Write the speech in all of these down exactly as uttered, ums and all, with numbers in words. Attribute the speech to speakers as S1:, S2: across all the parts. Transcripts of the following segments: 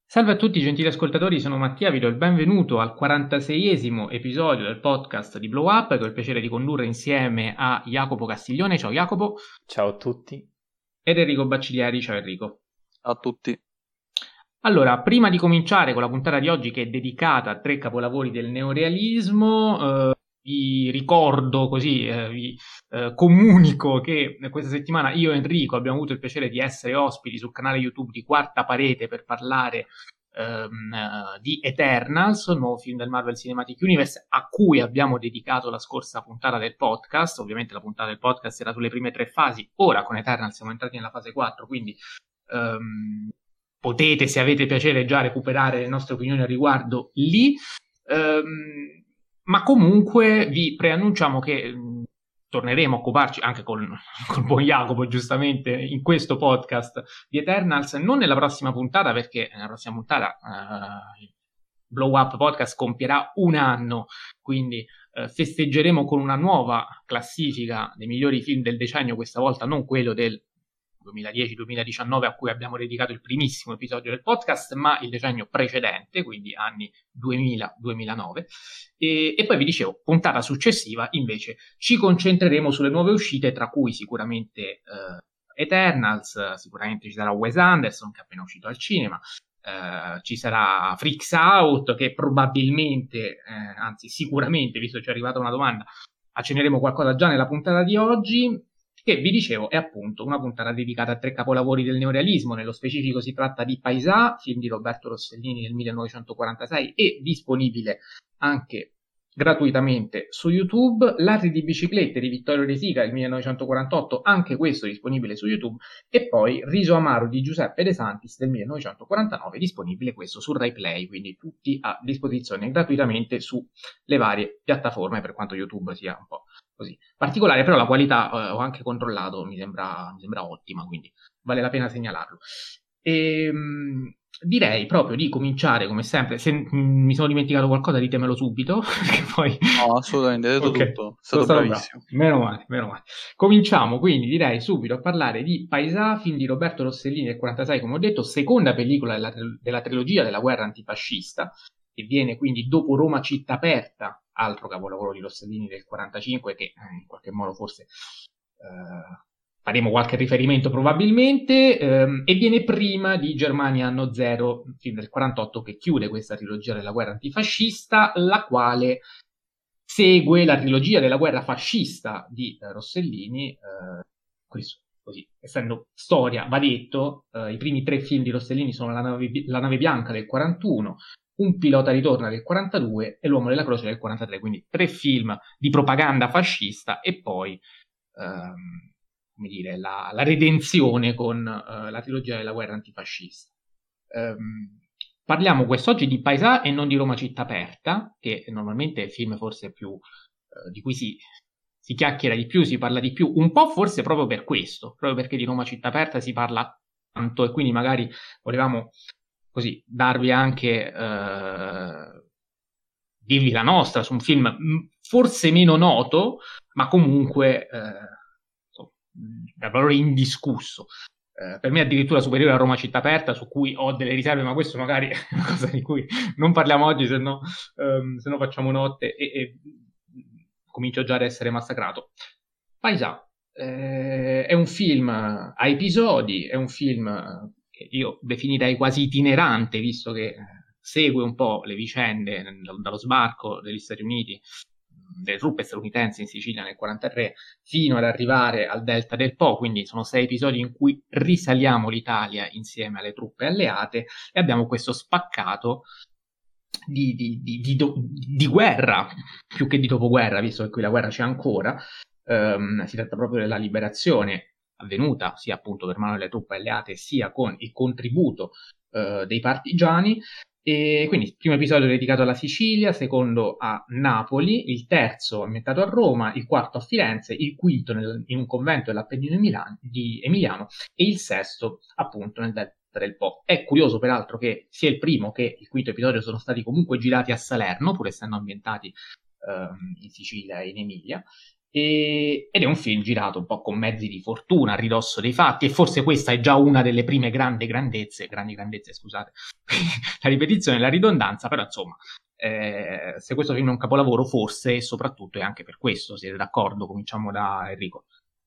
S1: Salve a tutti gentili ascoltatori, sono Mattia, vi do il benvenuto al quarantaseiesimo episodio del podcast di Blow Up che ho il piacere di condurre insieme a Jacopo Castiglione. Ciao Jacopo.
S2: Ciao a tutti.
S1: Ed Enrico Bacciglieri. Ciao Enrico.
S3: Ciao a tutti.
S1: Allora, prima di cominciare con la puntata di oggi che è dedicata a tre capolavori del neorealismo, eh, vi ricordo così, eh, vi eh, comunico che questa settimana io e Enrico abbiamo avuto il piacere di essere ospiti sul canale YouTube di Quarta Parete per parlare ehm, eh, di Eternals, il nuovo film del Marvel Cinematic Universe a cui abbiamo dedicato la scorsa puntata del podcast. Ovviamente la puntata del podcast era sulle prime tre fasi, ora con Eternals siamo entrati nella fase quattro, quindi ehm, potete, se avete piacere, già recuperare le nostre opinioni al riguardo lì. Um, ma comunque vi preannunciamo che mh, torneremo a occuparci anche con il buon Jacopo, giustamente, in questo podcast di Eternals, non nella prossima puntata, perché nella prossima puntata uh, il Blow Up Podcast compierà un anno, quindi uh, festeggeremo con una nuova classifica dei migliori film del decennio, questa volta non quello del duemiladieci duemiladiciannove a cui abbiamo dedicato il primissimo episodio del podcast, ma il decennio precedente, quindi anni duemila duemilanove. E, e poi vi dicevo, puntata successiva invece ci concentreremo sulle nuove uscite, tra cui sicuramente eh, Eternals, sicuramente ci sarà Wes Anderson che è appena uscito al cinema, eh, ci sarà Freaks Out che probabilmente, eh, anzi sicuramente, visto che ci è arrivata una domanda, accenneremo qualcosa già nella puntata di oggi, che vi dicevo è appunto una puntata dedicata a tre capolavori del neorealismo. Nello specifico si tratta di Paesà, film di Roberto Rossellini del millenovecentoquarantasei e disponibile anche gratuitamente su YouTube, Ladri di biciclette di Vittorio De Sica del millenovecentoquarantotto, anche questo disponibile su YouTube, e poi Riso amaro di Giuseppe De Santis del millenovecentoquarantanove, disponibile questo su Rai Play, quindi tutti a disposizione gratuitamente sulle varie piattaforme, per quanto YouTube sia un po' così particolare, però la qualità eh, ho anche controllato, mi sembra, mi sembra ottima, quindi vale la pena segnalarlo. E, mh, direi proprio di cominciare come sempre. Se mh, mi sono dimenticato qualcosa ditemelo subito, perché poi
S3: no, assolutamente, hai detto okay. Tutto, è stato, stato bravissimo.
S1: Bravo. Meno male, meno male. Cominciamo quindi direi subito a parlare di Paesà, film di Roberto Rossellini del quarantasei, come ho detto, seconda pellicola della, della trilogia della guerra antifascista, che viene quindi dopo Roma città aperta, altro capolavoro di Rossellini del quarantacinque, che in qualche modo forse eh, faremo qualche riferimento probabilmente, ehm, e viene prima di Germania anno zero, film del quarantotto, che chiude questa trilogia della guerra antifascista, la quale segue la trilogia della guerra fascista di eh, Rossellini. Eh, questo così, essendo storia, va detto, eh, i primi tre film di Rossellini sono La nave, la nave bianca del quarantuno, Un pilota ritorna del quarantadue e L'uomo della croce del quarantatré, quindi tre film di propaganda fascista e poi ehm, come dire, la, la redenzione con eh, la trilogia della guerra antifascista. Um, parliamo quest'oggi di Paesà e non di Roma città aperta, che normalmente è il film forse più eh, di cui si, si chiacchiera di più, si parla di più, un po' forse proprio per questo, proprio perché di Roma città aperta si parla tanto e quindi magari volevamo così darvi anche eh, dirvi la nostra su un film forse meno noto, ma comunque eh, da valore indiscusso. Eh, per me addirittura superiore a Roma città aperta, su cui ho delle riserve, ma questo magari è una cosa di cui non parliamo oggi, se no, um, se no facciamo notte e, e comincio già ad essere massacrato. Paesà eh, è un film a episodi, è un film che io definirei quasi itinerante, visto che segue un po' le vicende dallo sbarco degli Stati Uniti, delle truppe statunitensi in Sicilia nel quarantatré fino ad arrivare al delta del Po, quindi sono sei episodi in cui risaliamo l'Italia insieme alle truppe alleate e abbiamo questo spaccato di, di, di, di, do, di guerra, più che di dopoguerra, visto che qui la guerra c'è ancora. Um, si tratta proprio della liberazione avvenuta sia appunto per mano delle truppe alleate sia con il contributo uh, dei partigiani. E quindi il primo episodio è dedicato alla Sicilia, secondo a Napoli, il terzo ambientato a Roma, il quarto a Firenze, il quinto nel, in un convento dell'Appennino Emiliano, di Emiliano e il sesto appunto nel delta del Po. È curioso peraltro che sia il primo che il quinto episodio sono stati comunque girati a Salerno, pur essendo ambientati ehm, in Sicilia e in Emilia, E, ed è un film girato un po' con mezzi di fortuna, a ridosso dei fatti, e forse questa è già una delle prime grandi grandezze, grandi grandezze, scusate, la ripetizione e la ridondanza, però insomma, eh, se questo film è un capolavoro, forse e soprattutto è anche per questo, siete d'accordo? Cominciamo da Enrico.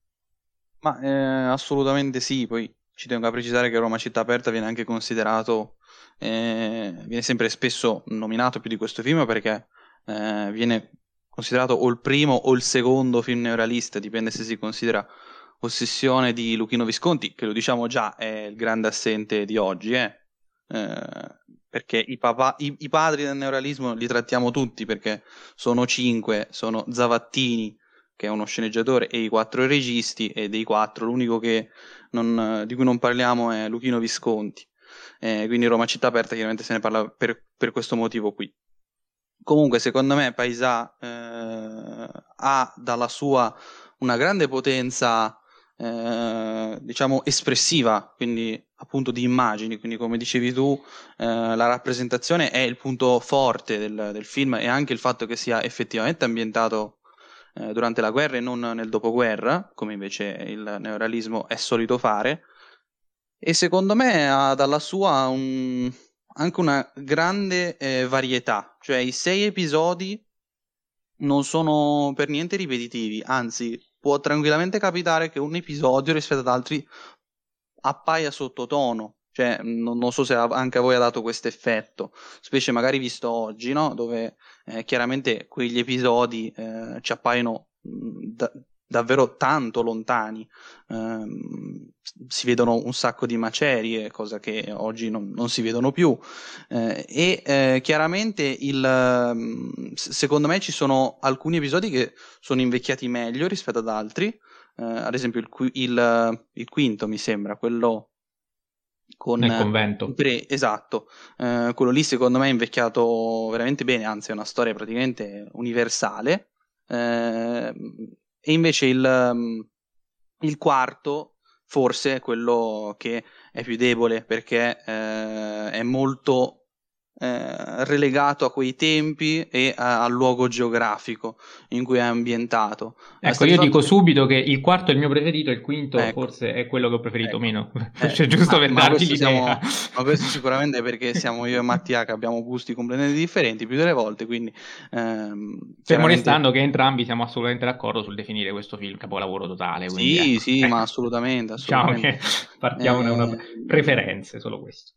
S3: Ma eh, assolutamente sì, poi ci tengo a precisare che Roma città aperta viene anche considerato, eh, viene sempre spesso nominato più di questo film perché eh, viene considerato o il primo o il secondo film neorealista, dipende se si considera Ossessione di Luchino Visconti, che lo diciamo già è il grande assente di oggi, eh? Eh, perché i, papà, i, i padri del neorealismo li trattiamo tutti perché sono cinque, sono Zavattini, che è uno sceneggiatore, e i quattro registi, e dei quattro l'unico che non, di cui non parliamo è Luchino Visconti. Eh, quindi Roma città aperta chiaramente se ne parla per, per questo motivo qui. Comunque secondo me Paesà eh, ha dalla sua una grande potenza eh, diciamo espressiva, quindi appunto di immagini, quindi come dicevi tu eh, la rappresentazione è il punto forte del, del film, e anche il fatto che sia effettivamente ambientato eh, durante la guerra e non nel dopoguerra, come invece il neorealismo è solito fare. E secondo me ha dalla sua un- anche una grande eh, varietà, cioè i sei episodi non sono per niente ripetitivi, anzi può tranquillamente capitare che un episodio rispetto ad altri appaia sottotono, cioè non, non so se a- anche a voi ha dato questo effetto, specie magari visto oggi, no? Dove eh, chiaramente quegli episodi eh, ci appaiono mh, da- davvero tanto lontani. Ehm, si vedono un sacco di macerie, cosa che oggi non, non si vedono più. Eh, e eh, chiaramente il, ehm, s- secondo me ci sono alcuni episodi che sono invecchiati meglio rispetto ad altri. Eh, ad esempio il, qui- il- il quinto mi sembra, quello con
S1: Nel
S3: i
S1: convento.
S3: tre, esatto. Eh, quello lì secondo me è invecchiato veramente bene, anzi è una storia praticamente universale. Eh, e invece il, mm, il quarto forse è quello che è più debole perché eh, è molto eh, relegato a quei tempi e a- al luogo geografico in cui è ambientato. Eh,
S1: Ecco,
S3: sta di
S1: io
S3: fatto
S1: dico
S3: che...
S1: subito che il quarto è il mio preferito, il quinto
S3: Ecco,
S1: forse è quello che ho preferito
S3: ecco.
S1: meno,
S3: Eh,
S1: cioè giusto
S3: ma,
S1: per
S3: ma
S1: darti
S3: questo
S1: l'idea.
S3: siamo, ma questo sicuramente perché siamo io e Mattia che abbiamo gusti completamente differenti più delle volte, quindi ehm,
S1: Fermo
S3: chiaramente
S1: restando che entrambi siamo assolutamente d'accordo sul definire questo film capolavoro totale, quindi
S3: sì,
S1: ecco,
S3: sì, ma
S1: ecco.
S3: assolutamente,
S1: Diciamo
S3: assolutamente.
S1: che partiamo da una
S3: Eh,
S1: preferenze, solo questo.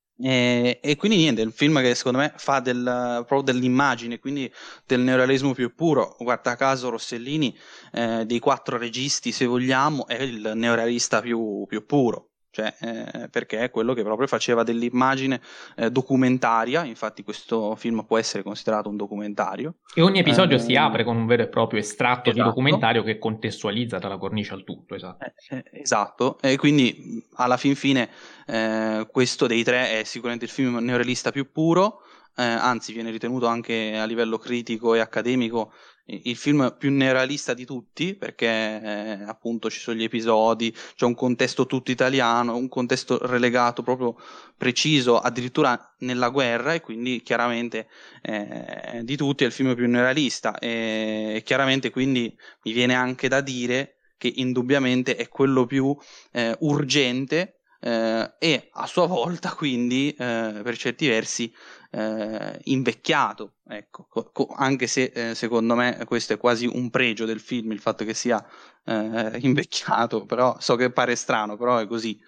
S3: E, e quindi niente, è un film che secondo me fa del, proprio dell'immagine, quindi del neorealismo più puro. Guarda caso Rossellini, eh, dei quattro registi, se vogliamo, è il neorealista più, più puro. Cioè, eh, perché è quello che proprio faceva dell'immagine eh, documentaria, infatti questo film può essere considerato un documentario.
S1: E ogni episodio si
S3: Eh,
S1: apre con un vero e proprio estratto di
S3: esatto.
S1: documentario che contestualizza dalla cornice al tutto, esatto.
S3: Eh, eh, esatto, e quindi mh, alla fin fine eh, questo dei tre è sicuramente il film neorealista più puro, eh, anzi viene ritenuto anche a livello critico e accademico i- il film più neorealista di tutti, perché eh, appunto ci sono gli episodi, c'è un contesto tutto italiano, un contesto relegato proprio preciso, addirittura nella guerra, e quindi chiaramente eh, di tutti è il film più neorealista, e, e chiaramente quindi mi viene anche da dire che indubbiamente è quello più eh, urgente eh, e a sua volta quindi eh, per certi versi eh, invecchiato, ecco, co- co- anche se eh, secondo me questo è quasi un pregio del film, il fatto che sia eh, invecchiato, però so che pare strano, però è così.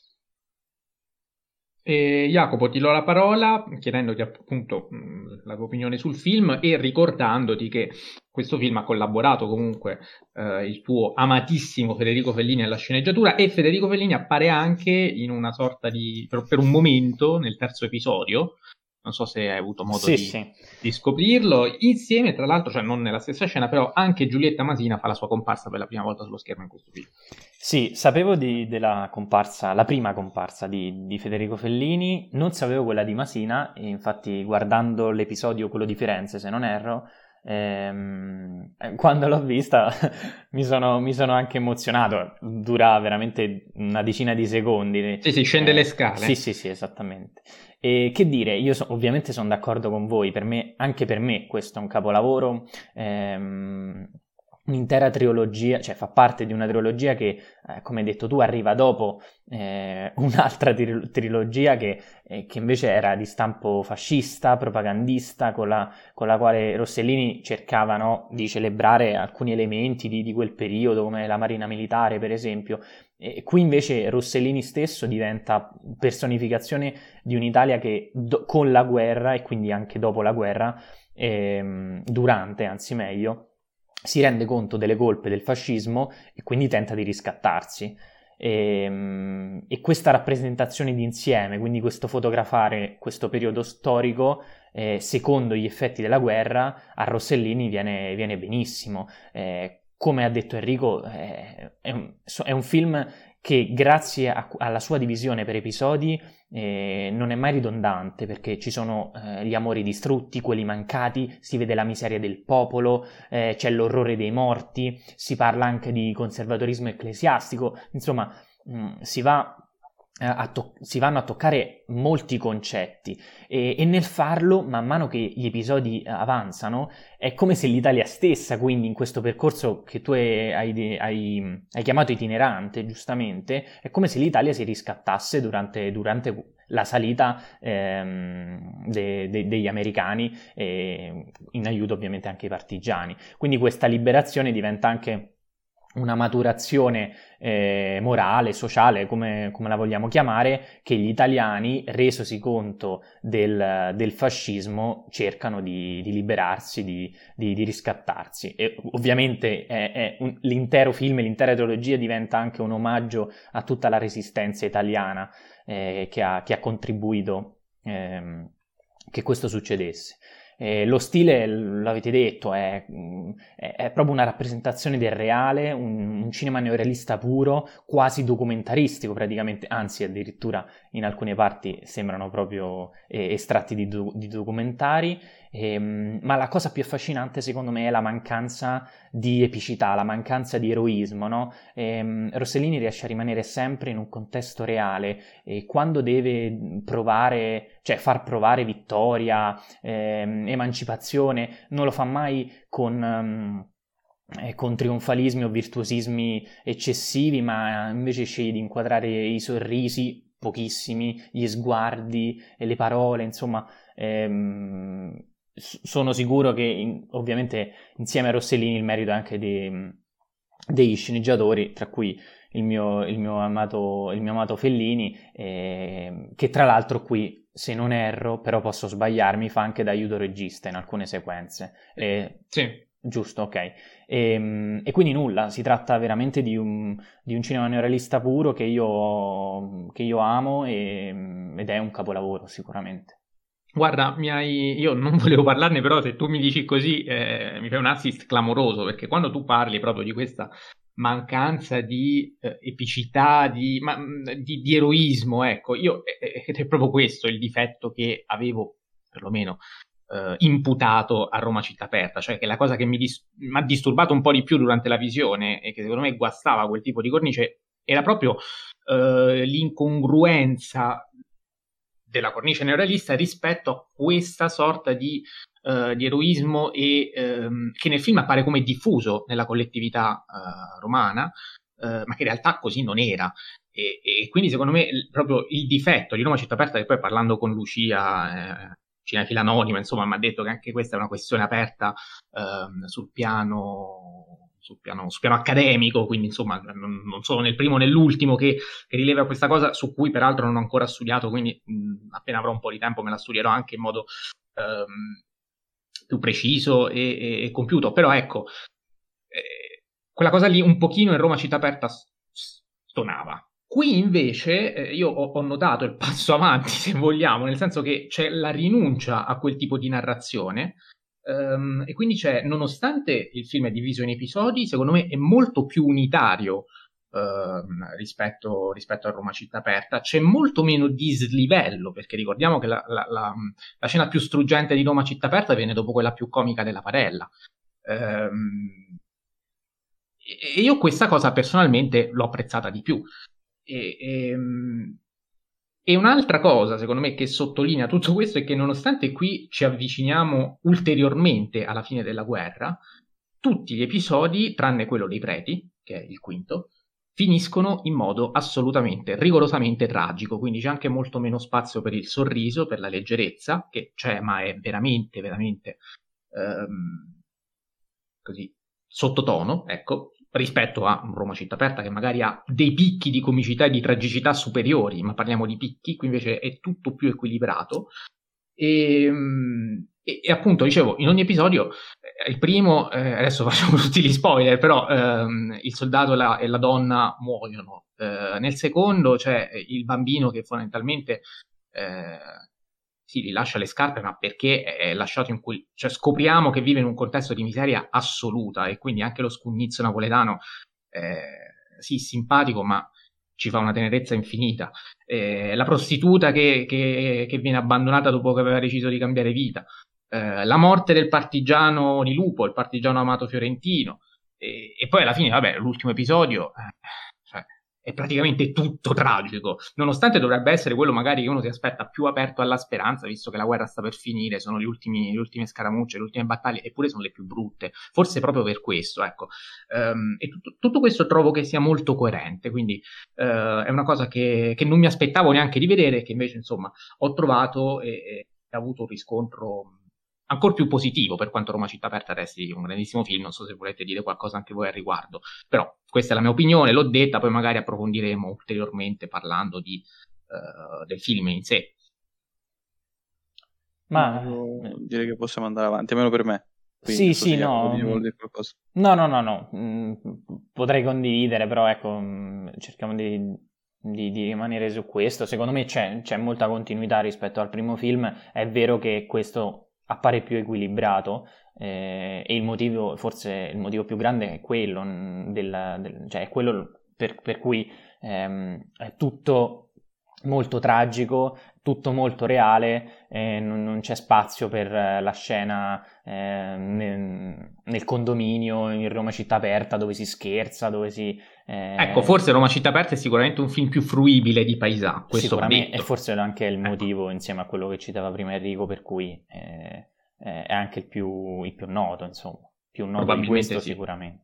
S1: E, Jacopo, ti do la parola chiedendoti appunto mh, la tua opinione sul film e ricordandoti che questo film ha collaborato comunque eh, il tuo amatissimo Federico Fellini alla sceneggiatura, e Federico Fellini appare anche in una sorta di, per, per un momento nel terzo episodio, non so se hai avuto modo
S2: Sì,
S1: di,
S2: sì.
S1: di scoprirlo, insieme tra l'altro, cioè non nella stessa scena, però anche Giulietta Masina fa la sua comparsa per la prima volta sullo schermo in questo film.
S2: Sì, sapevo di- della comparsa, la prima comparsa di, di Federico Fellini, non sapevo quella di Masina, e infatti guardando l'episodio, quello di Firenze se non erro, ehm, eh, quando l'ho vista mi sono, mi sono anche emozionato, dura veramente una decina di secondi.
S1: Sì, sì, scende le
S2: Eh,
S1: scale.
S2: sì, sì, sì, esattamente. E che dire, io so- ovviamente sono d'accordo con voi, per me, anche per me questo è un capolavoro. ehm, un'intera trilogia, cioè fa parte di una trilogia che, eh, come hai detto tu, arriva dopo eh, un'altra tri- trilogia che, eh, che invece era di stampo fascista, propagandista, con la, con la quale Rossellini cercava, no, di celebrare alcuni elementi di, di quel periodo, come la Marina Militare, per esempio. E qui invece Rossellini stesso diventa personificazione di un'Italia che do- con la guerra, e quindi anche dopo la guerra, ehm, durante, anzi meglio, si rende conto delle colpe del fascismo e quindi tenta di riscattarsi. E, e questa rappresentazione d'insieme, quindi questo fotografare questo periodo storico eh, secondo gli effetti della guerra, a Rossellini viene, viene benissimo. Eh, come ha detto Enrico, eh, è, un, è un film che grazie a, alla sua divisione per episodi eh, non è mai ridondante, perché ci sono eh, gli amori distrutti, quelli mancati, si vede la miseria del popolo, eh, c'è l'orrore dei morti, si parla anche di conservatorismo ecclesiastico, insomma mh, si va a to- si vanno a toccare molti concetti e, e nel farlo, man mano che gli episodi avanzano, è come se l'Italia stessa, quindi in questo percorso che tu hai, hai, hai, hai chiamato itinerante, giustamente, è come se l'Italia si riscattasse durante, durante la salita ehm, de, de, degli americani, eh, in aiuto ovviamente anche ai partigiani. Quindi questa liberazione diventa anche una maturazione eh, morale, sociale, come, come la vogliamo chiamare, che gli italiani, resosi conto del, del fascismo, cercano di, di liberarsi, di, di, di riscattarsi. E ovviamente è, è un, l'intero film, l'intera trilogia diventa anche un omaggio a tutta la resistenza italiana eh, che, ha, che ha contribuito eh, che questo succedesse. Eh, lo stile, l'avete detto, è, è, è proprio una rappresentazione del reale, un, un cinema neorealista puro, quasi documentaristico praticamente, anzi addirittura in alcune parti sembrano proprio eh, estratti di, do, di documentari, ehm, ma la cosa più affascinante secondo me è la mancanza di epicità, la mancanza di eroismo, no? Ehm, Rossellini riesce a rimanere sempre in un contesto reale e quando deve provare, cioè far provare vittoria, ehm, emancipazione, non lo fa mai con, um, eh, con trionfalismi o virtuosismi eccessivi, ma invece sceglie di inquadrare i sorrisi, pochissimi, gli sguardi e le parole, insomma, ehm, sono sicuro che in, ovviamente insieme a Rossellini il merito è anche dei, degli sceneggiatori, tra cui il mio, il mio, amato, il mio amato Fellini, eh, che tra l'altro qui, se non erro, però posso sbagliarmi, fa anche da aiuto regista in alcune sequenze. Eh,
S1: sì.
S2: Giusto, ok. E, e quindi nulla, si tratta veramente di un, di un cinema neorealista puro che io, che io amo e, ed è un capolavoro sicuramente.
S1: Guarda, mi hai... io non volevo parlarne, però se tu mi dici così eh, mi fai un assist clamoroso, perché quando tu parli proprio di questa mancanza di eh, epicità, di, ma, di, di eroismo, ecco, io eh, ed è proprio questo il difetto che avevo, perlomeno, eh, imputato a Roma Città Aperta, cioè che la cosa che mi dis- mi ha disturbato un po' di più durante la visione e che secondo me guastava quel tipo di cornice era proprio eh, l'incongruenza della cornice neorealista rispetto a questa sorta di, uh, di eroismo e, um, che nel film appare come diffuso nella collettività uh, romana, uh, ma che in realtà così non era. E, e quindi secondo me il, proprio il difetto di Roma Città Aperta, che poi parlando con Lucia, eh, cinefila anonima, insomma, mi ha detto che anche questa è una questione aperta um, sul piano... Sul piano, sul piano accademico, quindi insomma non, non sono nel primo né l'ultimo che, che rileva questa cosa, su cui peraltro non ho ancora studiato, quindi mh, appena avrò un po' di tempo me la studierò anche in modo ehm, più preciso e, e, e compiuto. Però ecco, eh, quella cosa lì un pochino in Roma Città Aperta stonava. Qui invece eh, io ho, ho notato il passo avanti, se vogliamo, nel senso che c'è la rinuncia a quel tipo di narrazione. Um, e quindi c'è, nonostante il film è diviso in episodi, secondo me è molto più unitario uh, rispetto, rispetto a Roma Città Aperta, c'è molto meno dislivello, perché ricordiamo che la, la, la, la scena più struggente di Roma Città Aperta viene dopo quella più comica della Parella. Um, e io questa cosa personalmente l'ho apprezzata di più. E, e, E un'altra cosa, secondo me, che sottolinea tutto questo è che nonostante qui ci avviciniamo ulteriormente alla fine della guerra, tutti gli episodi, tranne quello dei preti, che è il quinto, finiscono in modo assolutamente, rigorosamente tragico, quindi c'è anche molto meno spazio per il sorriso, per la leggerezza, che c'è, ma è veramente, veramente ehm, così sottotono, ecco, rispetto a Roma Città Aperta, che magari ha dei picchi di comicità e di tragicità superiori, ma parliamo di picchi, qui invece è tutto più equilibrato. E, e, e appunto, dicevo, in ogni episodio, eh, il primo, eh, adesso facciamo tutti gli spoiler, però ehm, il soldato e la, e la donna muoiono. Eh, nel secondo c'è il bambino che fondamentalmente eh, si rilascia le scarpe, ma perché è lasciato in quel... cioè scopriamo che vive in un contesto di miseria assoluta, e quindi anche lo scugnizzo napoletano, eh, sì, simpatico, ma ci fa una tenerezza infinita. Eh, la prostituta che, che, che viene abbandonata dopo che aveva deciso di cambiare vita, eh, la morte del partigiano di Lupo, il partigiano amato fiorentino, e, e poi alla fine, vabbè, l'ultimo episodio, eh, cioè, è praticamente tutto tragico, nonostante dovrebbe essere quello magari che uno si aspetta più aperto alla speranza, visto che la guerra sta per finire, sono gli ultimi, le ultime scaramucce, le ultime battaglie, eppure sono le più brutte, forse proprio per questo, ecco. Um, e tutto, tutto questo trovo che sia molto coerente, quindi uh, è una cosa che, che non mi aspettavo neanche di vedere, che invece insomma ho trovato e, e ha avuto un riscontro ancora più positivo, per quanto Roma Città Aperta resti un grandissimo film. Non so se volete dire qualcosa anche voi al riguardo, però questa è la mia opinione, l'ho detta, poi magari approfondiremo ulteriormente parlando di, uh, del film in sé.
S3: Ma io direi che possiamo andare avanti, almeno per me. Quindi,
S2: sì,
S3: so
S2: sì, no.
S3: Dire qualcosa.
S2: No, no, no, no. Mm, potrei condividere, però ecco, mm, cerchiamo di, di, di rimanere su questo. Secondo me c'è, c'è molta continuità rispetto al primo film. È vero che questo appare più equilibrato, eh, e il motivo, forse il motivo più grande è quello, del, del, cioè è quello per, per cui ehm, è tutto molto tragico, tutto molto reale, eh, non, non c'è spazio per la scena eh, nel, nel condominio in Roma Città Aperta dove si scherza, dove si...
S1: Eh... Ecco, forse Roma Città Aperta è sicuramente un film più fruibile di Paesà, questo va detto.
S2: E forse anche il motivo, ecco, insieme a quello che citava prima Enrico, per cui eh, è anche il più, il più noto, insomma, più noto di questo sì. Sicuramente.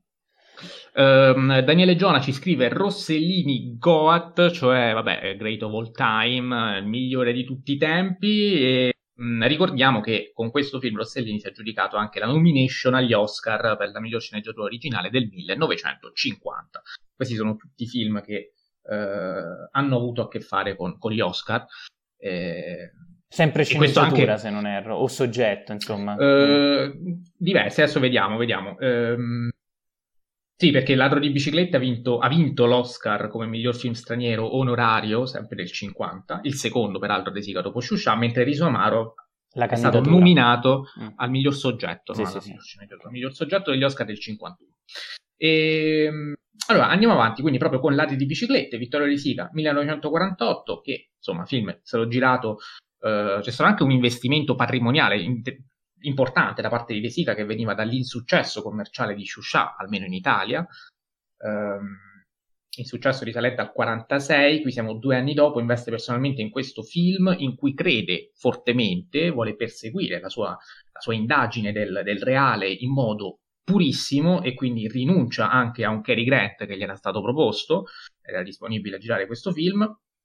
S1: Um, Daniele Giona ci scrive Rossellini Goat, cioè vabbè, Great of All Time, il migliore di tutti i tempi, e mh, ricordiamo che con questo film Rossellini si è aggiudicato anche la nomination agli Oscar per la miglior sceneggiatura originale del millenovecentocinquanta. Questi sono tutti film che uh, hanno avuto a che fare con, con gli Oscar. Eh,
S2: Sempre sceneggiatura, anche, se non erro, o soggetto, insomma.
S1: Uh, diversi, adesso vediamo, vediamo. Um, Sì, perché Il ladro di biciclette ha vinto, ha vinto l'Oscar come miglior film straniero onorario, sempre del cinquanta, il secondo peraltro desiga dopo Shusha, mentre Riso Amaro
S2: La
S1: è stato nominato mm. al miglior soggetto,
S2: sì,
S1: no,
S2: sì, sì.
S1: al miglior soggetto degli Oscar del cinquantuno. E, allora, andiamo avanti, quindi proprio con Ladri di biciclette, Vittorio De Sica, millenovecentoquarantotto, che insomma, film è stato girato, eh, c'è stato anche un investimento patrimoniale in te- importante da parte di De Sica, che veniva dall'insuccesso commerciale di Shusha, almeno in Italia, um, insuccesso risalente al quarantasei, qui siamo due anni dopo, investe personalmente in questo film in cui crede fortemente, vuole perseguire la sua, la sua indagine del, del reale in modo purissimo, e quindi rinuncia anche a un Cary Grant che gli era stato proposto, era disponibile a girare questo film,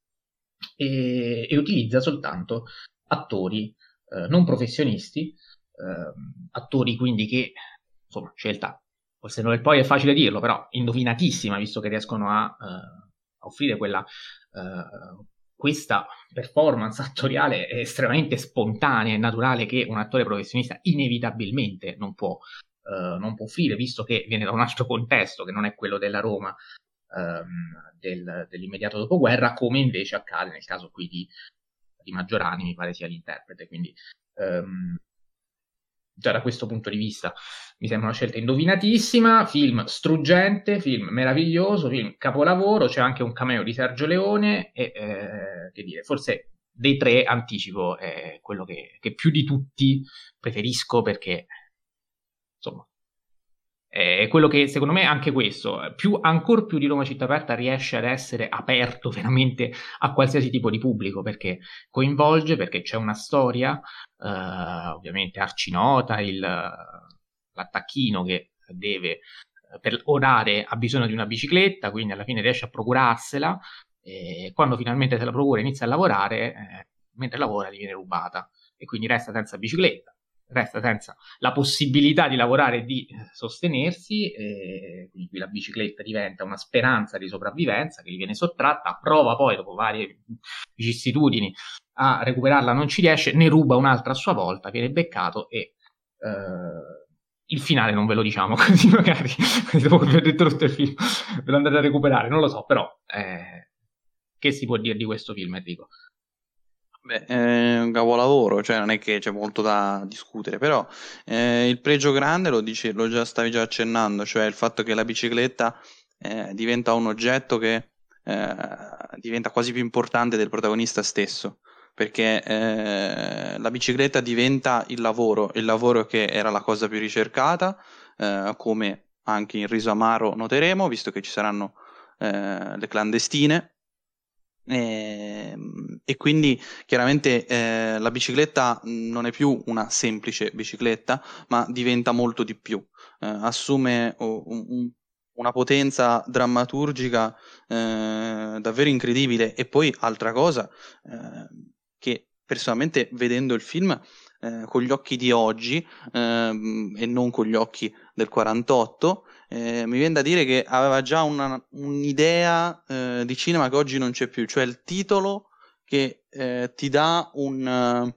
S1: e, e utilizza soltanto attori eh, non professionisti, Uh, attori quindi che, insomma, scelta forse non è, poi è facile dirlo, però indovinatissima, visto che riescono a, uh, a offrire quella uh, questa performance attoriale estremamente spontanea e naturale che un attore professionista inevitabilmente non può, uh, non può offrire, visto che viene da un altro contesto che non è quello della Roma um, del, dell'immediato dopoguerra, come invece accade nel caso qui di, di Maggiorani, mi pare sia l'interprete, quindi um, già da questo punto di vista mi sembra una scelta indovinatissima. Film struggente, film meraviglioso, film capolavoro. C'è anche un cameo di Sergio Leone e eh, che dire, forse dei tre anticipo è quello che, che più di tutti preferisco, perché insomma è quello che secondo me anche questo, più, ancor più di Roma Città Aperta, riesce ad essere aperto veramente a qualsiasi tipo di pubblico, perché coinvolge, perché c'è una storia, eh, ovviamente arcinota, il, l'attacchino che deve, per orare ha bisogno di una bicicletta, quindi alla fine riesce a procurarsela, e quando finalmente se la procura inizia a lavorare, eh, mentre lavora gli viene rubata e quindi resta senza bicicletta, resta senza la possibilità di lavorare e di sostenersi, e quindi qui la bicicletta diventa una speranza di sopravvivenza che gli viene sottratta, prova poi dopo varie vicissitudini a recuperarla, non ci riesce, ne ruba un'altra a sua volta, viene beccato e uh, il finale non ve lo diciamo, così magari dopo che vi ho detto tutto il film ve lo andate a recuperare, non lo so, però eh, che si può dire di questo film, Enrico?
S3: Beh, è un capolavoro, cioè non è che c'è molto da discutere, però eh, il pregio grande lo dici, lo già stavi già accennando, cioè il fatto che la bicicletta eh, diventa un oggetto che eh, diventa quasi più importante del protagonista stesso, perché eh, la bicicletta diventa il lavoro, il lavoro che era la cosa più ricercata, eh, come anche in Riso Amaro noteremo, visto che ci saranno eh, le clandestine. E, e quindi chiaramente eh, la bicicletta non è più una semplice bicicletta, ma diventa molto di più, eh, assume un, un, una potenza drammaturgica eh, davvero incredibile. E poi altra cosa eh, che personalmente vedendo il film eh, con gli occhi di oggi eh, e non con gli occhi del quarantotto, Eh, mi viene da dire che aveva già una, un'idea eh, di cinema che oggi non c'è più, cioè il titolo che eh, ti dà un, uh,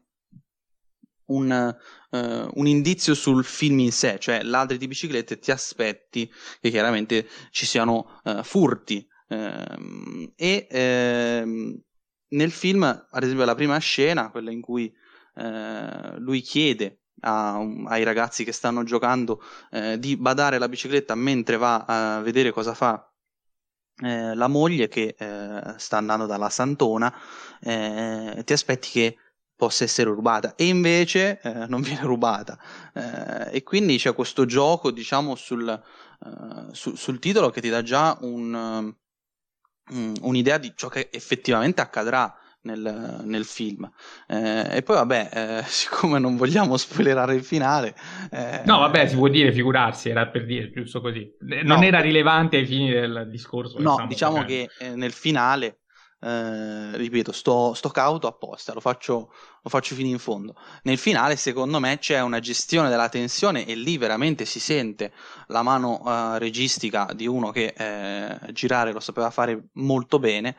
S3: un, uh, un indizio sul film in sé, cioè ladri di biciclette, ti aspetti che chiaramente ci siano uh, furti uh, e uh, nel film, ad esempio la prima scena, quella in cui uh, lui chiede A, um, ai ragazzi che stanno giocando eh, di badare la bicicletta mentre va a vedere cosa fa eh, la moglie che eh, sta andando dalla Santona, eh, ti aspetti che possa essere rubata e invece eh, non viene rubata eh, e quindi c'è questo gioco diciamo sul, uh, su, sul titolo che ti dà già un, um, un'idea di ciò che effettivamente accadrà Nel, nel film eh, e poi vabbè eh, siccome non vogliamo spoilerare il finale eh,
S1: no vabbè si può dire, figurarsi, era per dire giusto così, non
S3: no,
S1: era rilevante ai fini del discorso
S3: no diciamo facendo. Che eh, nel finale eh, ripeto sto, sto cauto apposta, lo faccio, lo faccio fino in fondo. Nel finale secondo me c'è una gestione della tensione e lì veramente si sente la mano eh, registica di uno che eh, girare lo sapeva fare molto bene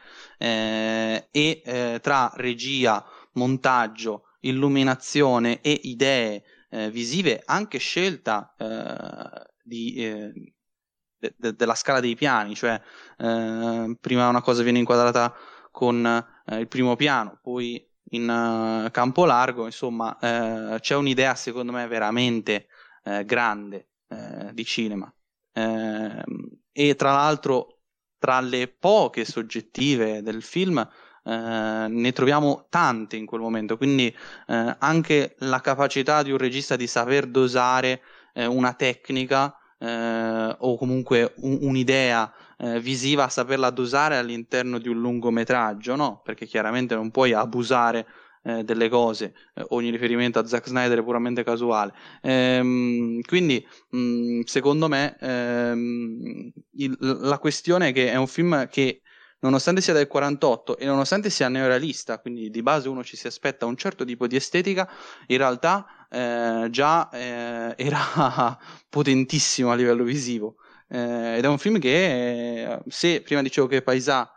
S3: eh, e eh, tra regia, montaggio, illuminazione e idee eh, visive, anche scelta eh, di eh, de- de- della scala dei piani, cioè eh, prima una cosa viene inquadrata con eh, il primo piano, poi in uh, campo largo, insomma eh, c'è un'idea secondo me veramente eh, grande eh, di cinema eh, e tra l'altro tra le poche soggettive del film eh, ne troviamo tante in quel momento, quindi eh, anche la capacità di un regista di saper dosare eh, una tecnica eh, o comunque un, un'idea eh, visiva, saperla dosare all'interno di un lungometraggio, no? Perché chiaramente non puoi abusare eh, delle cose, eh, ogni riferimento a Zack Snyder è puramente casuale. Ehm, quindi mh, secondo me ehm, il, la questione è che è un film che nonostante sia del quarantotto e nonostante sia neorealista, quindi di base uno ci si aspetta un certo tipo di estetica, in realtà eh, già eh, era potentissimo a livello visivo eh, ed è un film che eh, se prima dicevo che Paesà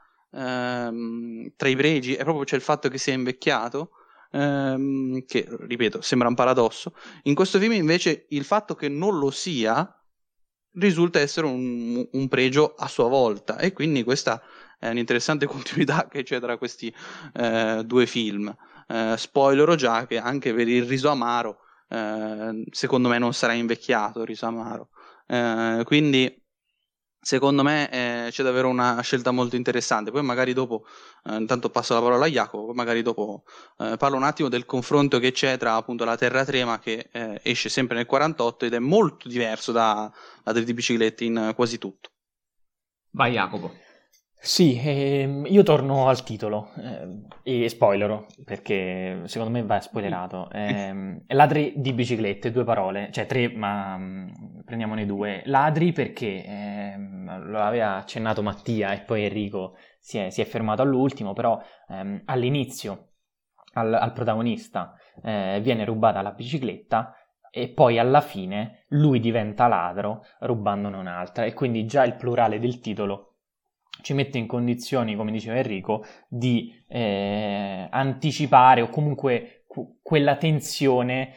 S3: ehm, tra i pregi è proprio c'è il fatto che sia invecchiato ehm, che ripeto sembra un paradosso, in questo film invece il fatto che non lo sia risulta essere un, un pregio a sua volta e quindi questa è un'interessante continuità che c'è tra questi eh, due film. Eh, spoilerò già che anche per il Riso Amaro eh, secondo me non sarà invecchiato il Riso Amaro eh, quindi secondo me eh, c'è davvero una scelta molto interessante. Poi magari dopo eh, intanto passo la parola a Jacopo, poi magari dopo eh, parlo un attimo del confronto che c'è tra appunto la Terra Trema che eh, esce sempre nel quarantotto ed è molto diverso da Ladri di biciclette in quasi tutto.
S1: Vai Jacopo.
S2: Sì, ehm, io torno al titolo eh, e spoilerò perché secondo me va spoilerato. Eh, ladri di biciclette, due parole, cioè tre, ma mh, prendiamone due. Ladri perché, ehm, lo aveva accennato Mattia e poi Enrico si è, si è fermato all'ultimo, però ehm, all'inizio al, al protagonista eh, viene rubata la bicicletta e poi alla fine lui diventa ladro rubandone un'altra, e quindi già il plurale del titolo ci mette in condizioni, come diceva Enrico, di eh, anticipare, o comunque cu- quella tensione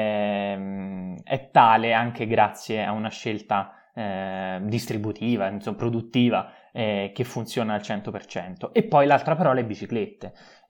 S2: eh, è tale anche grazie a una scelta eh, distributiva, insomma, produttiva, eh, che funziona al cento per cento. E poi l'altra parola è biciclette,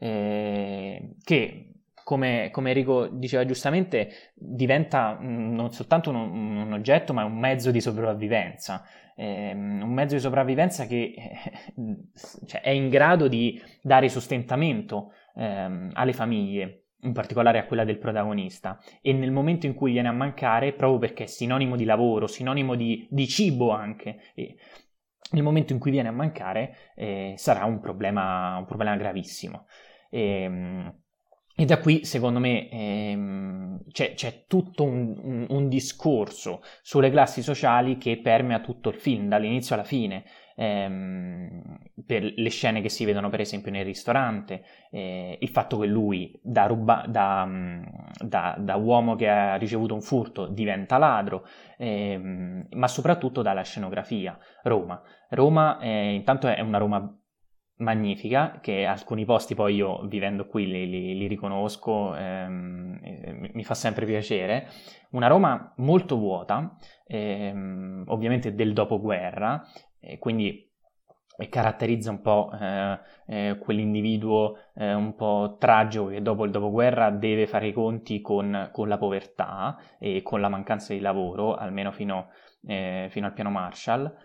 S2: eh, che come, come Enrico diceva giustamente diventa mh, non soltanto un, un oggetto, ma un mezzo di sopravvivenza. Eh, un mezzo di sopravvivenza che eh, cioè, è in grado di dare sostentamento ehm, alle famiglie, in particolare a quella del protagonista, e nel momento in cui viene a mancare, proprio perché è sinonimo di lavoro, sinonimo di, di cibo anche, e nel momento in cui viene a mancare eh, sarà un problema, un problema gravissimo. E, E da qui, secondo me, ehm, c'è, c'è tutto un, un, un discorso sulle classi sociali che permea tutto il film, dall'inizio alla fine, ehm, per le scene che si vedono per esempio nel ristorante, eh, il fatto che lui, da, ruba, da, da, da uomo che ha ricevuto un furto, diventa ladro, ehm, ma soprattutto dalla scenografia. Roma. Roma, eh, intanto è una Roma magnifica, che alcuni posti poi io vivendo qui li, li, li riconosco, ehm, eh, mi fa sempre piacere. Una Roma molto vuota, ehm, ovviamente del dopoguerra, eh, quindi caratterizza un po' eh, eh, quell'individuo eh, un po' tragico che dopo il dopoguerra deve fare i conti con, con la povertà e con la mancanza di lavoro, almeno fino, eh, fino al piano Marshall.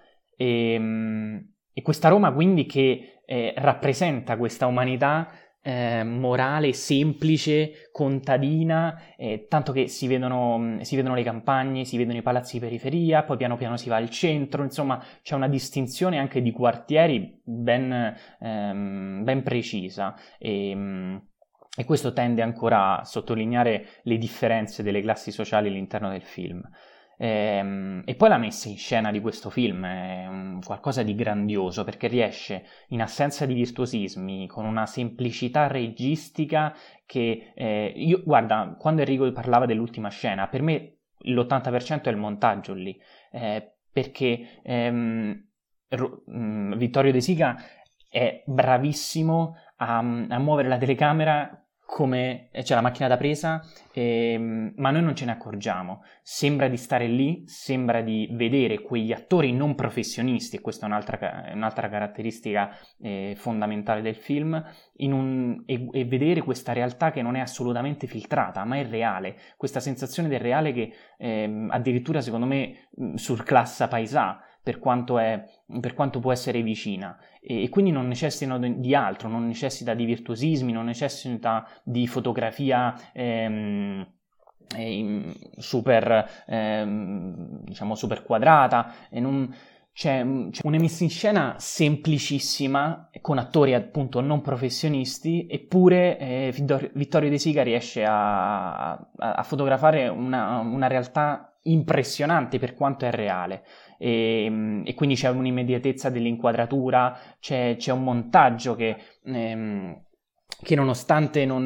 S2: E, e questa Roma quindi che Eh, rappresenta questa umanità eh, morale, semplice, contadina, eh, tanto che si vedono, si vedono le campagne, si vedono i palazzi di periferia, poi piano piano si va al centro, insomma c'è una distinzione anche di quartieri ben, ehm, ben precisa, e, e questo tende ancora a sottolineare le differenze delle classi sociali all'interno del film. E, e poi la messa in scena di questo film è un qualcosa di grandioso, perché riesce, in assenza di virtuosismi, con una semplicità registica che eh, io, guarda, quando Enrico parlava dell'ultima scena, per me l'ottanta per cento è il montaggio lì, eh, perché ehm, Ro- mh, Vittorio De Sica è bravissimo a, a muovere la telecamera come c'è la macchina da presa, ehm, ma noi non ce ne accorgiamo. Sembra di stare lì, sembra di vedere quegli attori non professionisti, e questa è un'altra, un'altra caratteristica eh, fondamentale del film, in un, e, e vedere questa realtà che non è assolutamente filtrata, ma è reale. Questa sensazione del reale che ehm, addirittura secondo me surclassa Paesà, per quanto, è, per quanto può essere vicina, e, e quindi non necessitano di altro, non necessita di virtuosismi, non necessita di fotografia ehm, ehm, super, ehm, diciamo super quadrata, e non, c'è, c'è una messa in scena semplicissima con attori appunto non professionisti, eppure eh, Vittorio De Sica riesce a, a, a fotografare una, una realtà impressionante per quanto è reale. E, e quindi c'è un'immediatezza dell'inquadratura, c'è, c'è un montaggio che, ehm, che nonostante non,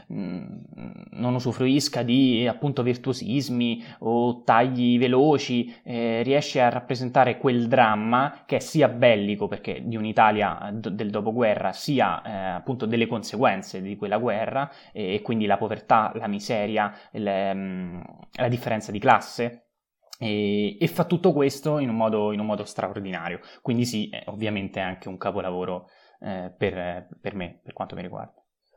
S2: non usufruisca di appunto virtuosismi o tagli veloci, eh, riesce a rappresentare quel dramma che è sia bellico, perché di un'Italia d- del dopoguerra, sia eh, appunto delle conseguenze di quella guerra, e, e quindi la povertà, la miseria, le, la differenza di classe. E, e fa tutto questo in un modo, in un modo straordinario. Quindi sì, è ovviamente anche un capolavoro eh, per, per me, per quanto mi riguarda.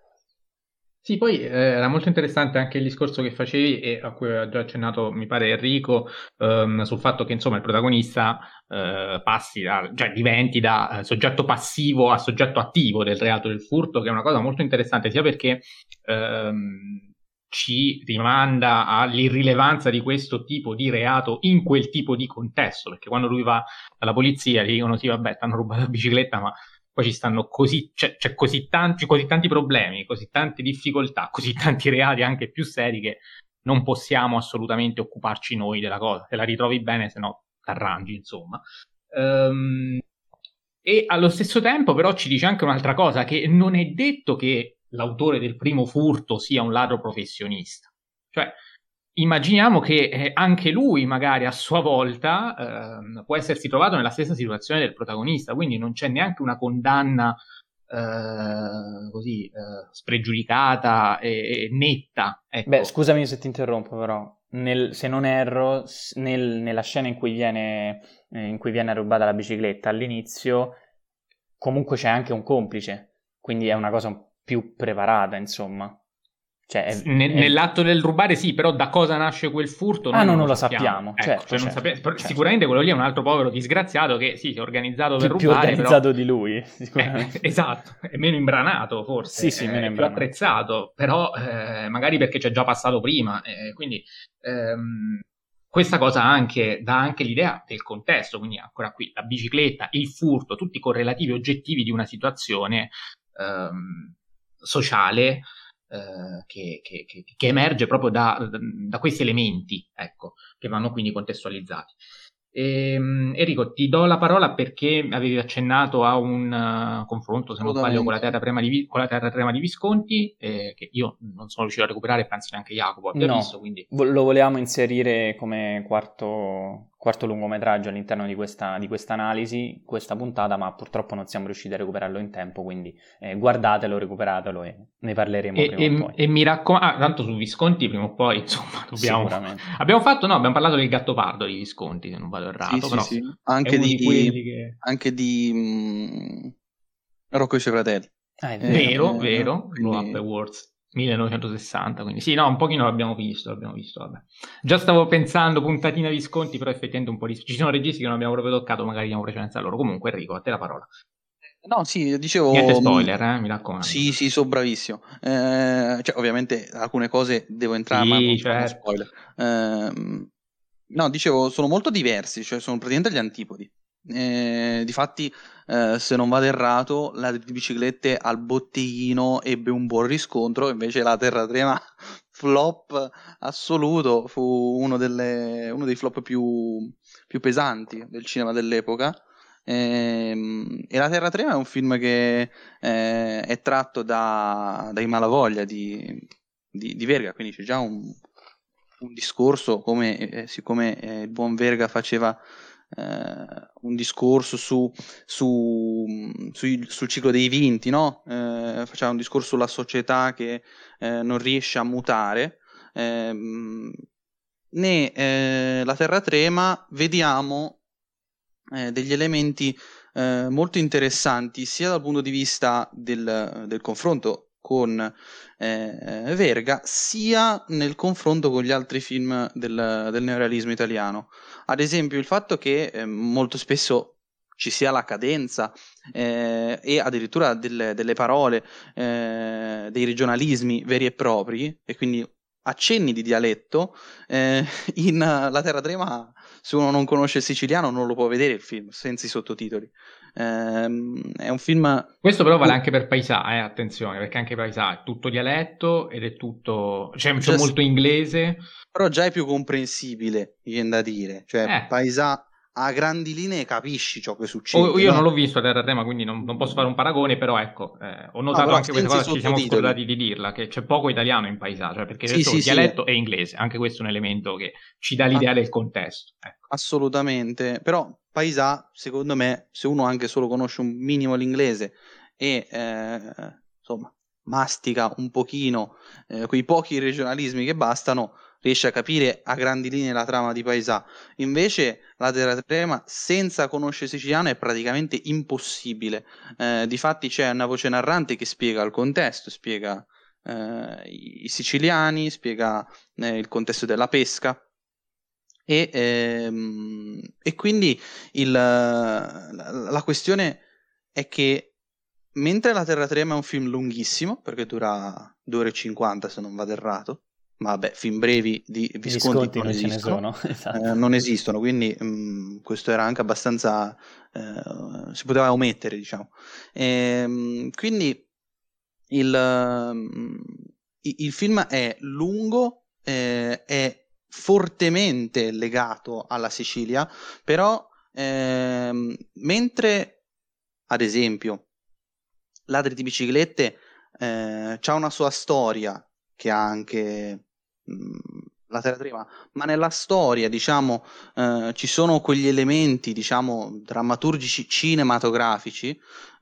S1: Sì, poi eh, era molto interessante anche il discorso che facevi, e a cui ha già accennato, mi pare, Enrico, ehm, sul fatto che insomma il protagonista eh, passi da, cioè diventi da eh, soggetto passivo a soggetto attivo del reato del furto, che è una cosa molto interessante, sia perché ehm, ci rimanda all'irrilevanza di questo tipo di reato in quel tipo di contesto, perché quando lui va alla polizia gli dicono sì, vabbè, ti hanno rubato la bicicletta, ma poi ci stanno così, c'è, c'è così tanti, così tanti problemi, così tante difficoltà, così tanti reati anche più seri che non possiamo assolutamente occuparci noi della cosa, se la ritrovi bene, se no t'arrangi, insomma. Um, e allo stesso tempo però ci dice anche un'altra cosa, che non è detto che l'autore del primo furto sia un ladro professionista. Cioè, immaginiamo che eh, anche lui magari a sua volta eh, può essersi trovato nella stessa situazione del protagonista, quindi non c'è neanche una condanna eh, così eh, spregiudicata e, e netta. Ecco.
S2: Beh, scusami se ti interrompo, però nel, se non erro, nel, nella scena in cui viene eh, in cui viene rubata la bicicletta all'inizio, comunque c'è anche un complice, quindi è una cosa più preparata, insomma. Cioè, è,
S1: ne,
S2: è...
S1: Nell'atto del rubare sì, però da cosa nasce quel furto
S2: ah,
S1: noi
S2: no,
S1: non
S2: non
S1: lo
S2: lo
S1: sappiamo,
S2: sappiamo.
S1: ecco,
S2: certo,
S1: cioè non
S2: certo,
S1: sape-
S2: certo.
S1: Sicuramente quello lì è un altro povero disgraziato che sì, si è organizzato
S2: più,
S1: per
S2: più
S1: rubare,
S2: organizzato
S1: però...
S2: di lui sicuramente.
S1: Eh, esatto, è meno imbranato forse,
S2: sì, sì, meno
S1: è
S2: imbranato.
S1: più apprezzato, però eh, magari perché c'è già passato prima, eh, quindi ehm, questa cosa anche dà anche l'idea del contesto, quindi ancora qui la bicicletta, il furto, tutti i correlativi oggettivi di una situazione ehm, sociale eh, che, che, che, che emerge proprio da, da questi elementi, ecco, che vanno quindi contestualizzati. E, Enrico, ti do la parola perché avevi accennato a un uh, confronto, se non sbaglio, con la terra trema di, con la terra trema di Visconti, eh, che io non sono riuscito a recuperare e penso neanche Jacopo abbia
S2: no,
S1: visto. Quindi...
S2: lo volevamo inserire come quarto, quarto lungometraggio all'interno di questa, di questa analisi, questa puntata, ma purtroppo non siamo riusciti a recuperarlo in tempo, quindi eh, guardatelo, recuperatelo e ne parleremo
S1: E,
S2: prima
S1: e,
S2: o poi.
S1: E mi raccomando, ah, tanto su Visconti prima o poi, insomma, dobbiamo...
S2: Sicuramente.
S1: Abbiamo fatto, no, abbiamo parlato del Gattopardo di Visconti, se non vado errato,
S3: sì,
S1: però
S3: sì, sì.
S1: è
S3: Anche
S1: uno
S3: di,
S1: di quelli che...
S3: Anche di mh, Rocco e i suoi fratelli.
S2: Ah, è
S1: Eh, vero,
S2: vero.
S1: vero,
S3: quindi...
S1: Blow Up Awards millenovecentosessanta, quindi sì, no, un pochino l'abbiamo visto, l'abbiamo visto, vabbè. Già stavo pensando puntatina Visconti, però effettivamente un po' di... Ci sono registi che non abbiamo proprio toccato, magari diamo precedenza a loro. Comunque Enrico, a te la parola.
S3: No, sì, dicevo...
S1: Niente spoiler, eh, mi raccomando.
S3: Sì, sì, so bravissimo. Eh, cioè, ovviamente alcune cose devo entrare, ma
S1: Sì,
S3: non
S1: certo.
S3: sono spoiler. Eh, no, dicevo, sono molto diversi, cioè sono praticamente gli antipodi. Eh, difatti, eh, se non vado errato, la di biciclette al botteghino ebbe un buon riscontro, invece la terratrema flop assoluto, fu uno, delle, uno dei flop più, più pesanti del cinema dell'epoca. E, e La terratrema è un film che eh, è tratto da, dai Malavoglia di, di, di Verga, quindi c'è già un, un discorso, come eh, siccome eh, il buon Verga faceva eh, un discorso su, su, su, sul ciclo dei vinti, no? Eh, faceva un discorso sulla società che eh, non riesce a mutare. Eh, né eh, La terratrema vediamo eh, degli elementi eh, molto interessanti sia dal punto di vista del, del confronto con eh, Verga, sia nel confronto con gli altri film del, del neorealismo italiano. Ad esempio, il fatto che eh, molto spesso ci sia la cadenza eh, e addirittura delle, delle parole, eh, dei regionalismi veri e propri, e quindi accenni di dialetto, eh, in La terratrema, se uno non conosce il siciliano non lo può vedere il film senza i sottotitoli. Ehm, è un film...
S1: Questo però vale anche per Paesà, eh, attenzione, perché anche Paesà è tutto dialetto ed è tutto... cioè c'è molto inglese.
S3: Però già è più comprensibile, viene da dire. Cioè,
S1: Eh.
S3: Paesà a grandi linee capisci ciò che succede.
S1: O, io
S3: no?
S1: non l'ho visto a terratrema, quindi non, non posso fare un paragone, però ecco, eh, ho notato
S3: però
S1: anche questa
S3: senza i
S1: cosa, ci siamo
S3: sottotitoli.
S1: scordati di dirla, che c'è poco italiano in Paesà, cioè perché
S3: Sì,
S1: adesso
S3: sì,
S1: il
S3: sì.
S1: dialetto è inglese, anche questo è un elemento che ci dà l'idea
S3: Ah,
S1: del contesto. Ecco.
S3: assolutamente. Però Paesà, secondo me, se uno anche solo conosce un minimo l'inglese e eh, insomma mastica un pochino eh, quei pochi regionalismi che bastano, riesce a capire a grandi linee la trama di Paesà. Invece La terratrema senza conoscere siciliano è praticamente impossibile. Eh, difatti c'è una voce narrante che spiega il contesto, spiega eh, i siciliani, spiega eh, il contesto della pesca. E, ehm, e quindi il, la, la questione è che mentre La terratrema è un film lunghissimo, perché dura due ore e cinquanta se non vado errato, ma vabbè, film brevi di Visconti,
S2: Visconti
S3: non,
S2: non ce ne
S3: esistono,
S2: sono, esatto.
S3: eh, non esistono, quindi mh, questo era anche abbastanza, eh, si poteva omettere, diciamo. E, quindi il, il film è lungo, eh, è fortemente legato alla Sicilia, però ehm, mentre ad esempio Ladri di biciclette eh, c'ha una sua storia che ha anche mh, la Terra Trema, ma nella storia, diciamo, eh, ci sono quegli elementi, diciamo, drammaturgici cinematografici.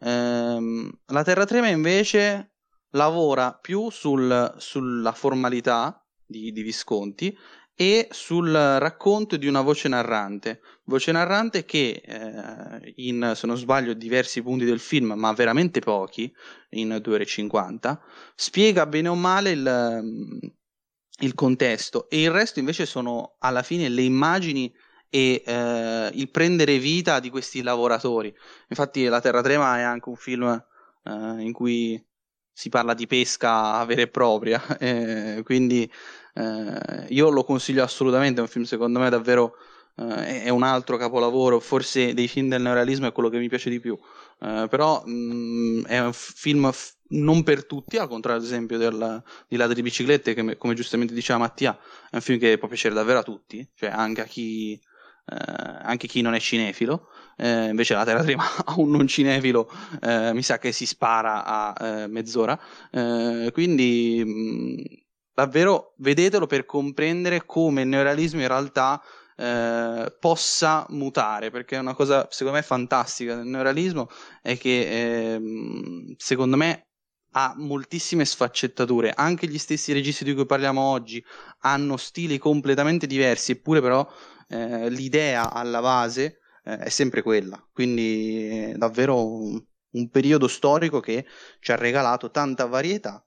S3: Ehm, la Terra Trema invece lavora più sul- sulla formalità di, di Visconti e sul racconto di una voce narrante. Voce narrante che eh, in, se non sbaglio, diversi punti del film, ma veramente pochi, in due ore e cinquanta, spiega bene o male il, mm, il contesto, e il resto invece sono alla fine le immagini e eh, il prendere vita di questi lavoratori. Infatti La Terra Trema è anche un film eh, in cui si parla di pesca vera e propria, eh, quindi eh, io lo consiglio assolutamente, è un film secondo me davvero eh, è un altro capolavoro, forse dei film del neorealismo è quello che mi piace di più. Eh, però mh, è un f- film f- non per tutti, al contrario ad esempio del, di Ladri di biciclette, che me- come giustamente diceva Mattia, è un film che può piacere davvero a tutti, cioè anche a chi, eh, anche chi non è cinefilo. Eh, invece La Terra Trema a un non cinefilo eh, mi sa che si spara a eh, mezz'ora. Eh, quindi mh, davvero vedetelo per comprendere come il neorealismo in realtà eh, possa mutare, perché è una cosa secondo me fantastica del neorealismo, è che ehm, secondo me ha moltissime sfaccettature. Anche gli stessi registi di cui parliamo oggi hanno stili completamente diversi, eppure però eh, l'idea alla base eh, è sempre quella. Quindi è davvero un, un periodo storico che ci ha regalato tanta varietà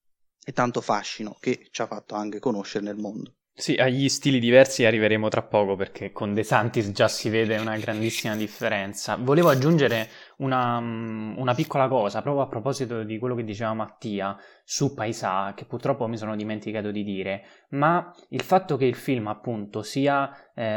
S3: e tanto fascino, che ci ha fatto anche conoscere nel mondo.
S2: Sì, agli stili diversi arriveremo tra poco perché con De Santis già si vede una grandissima differenza. Volevo aggiungere una, una piccola cosa proprio a proposito di quello che diceva Mattia su Paesà, che purtroppo mi sono dimenticato di dire, ma il fatto che il film appunto sia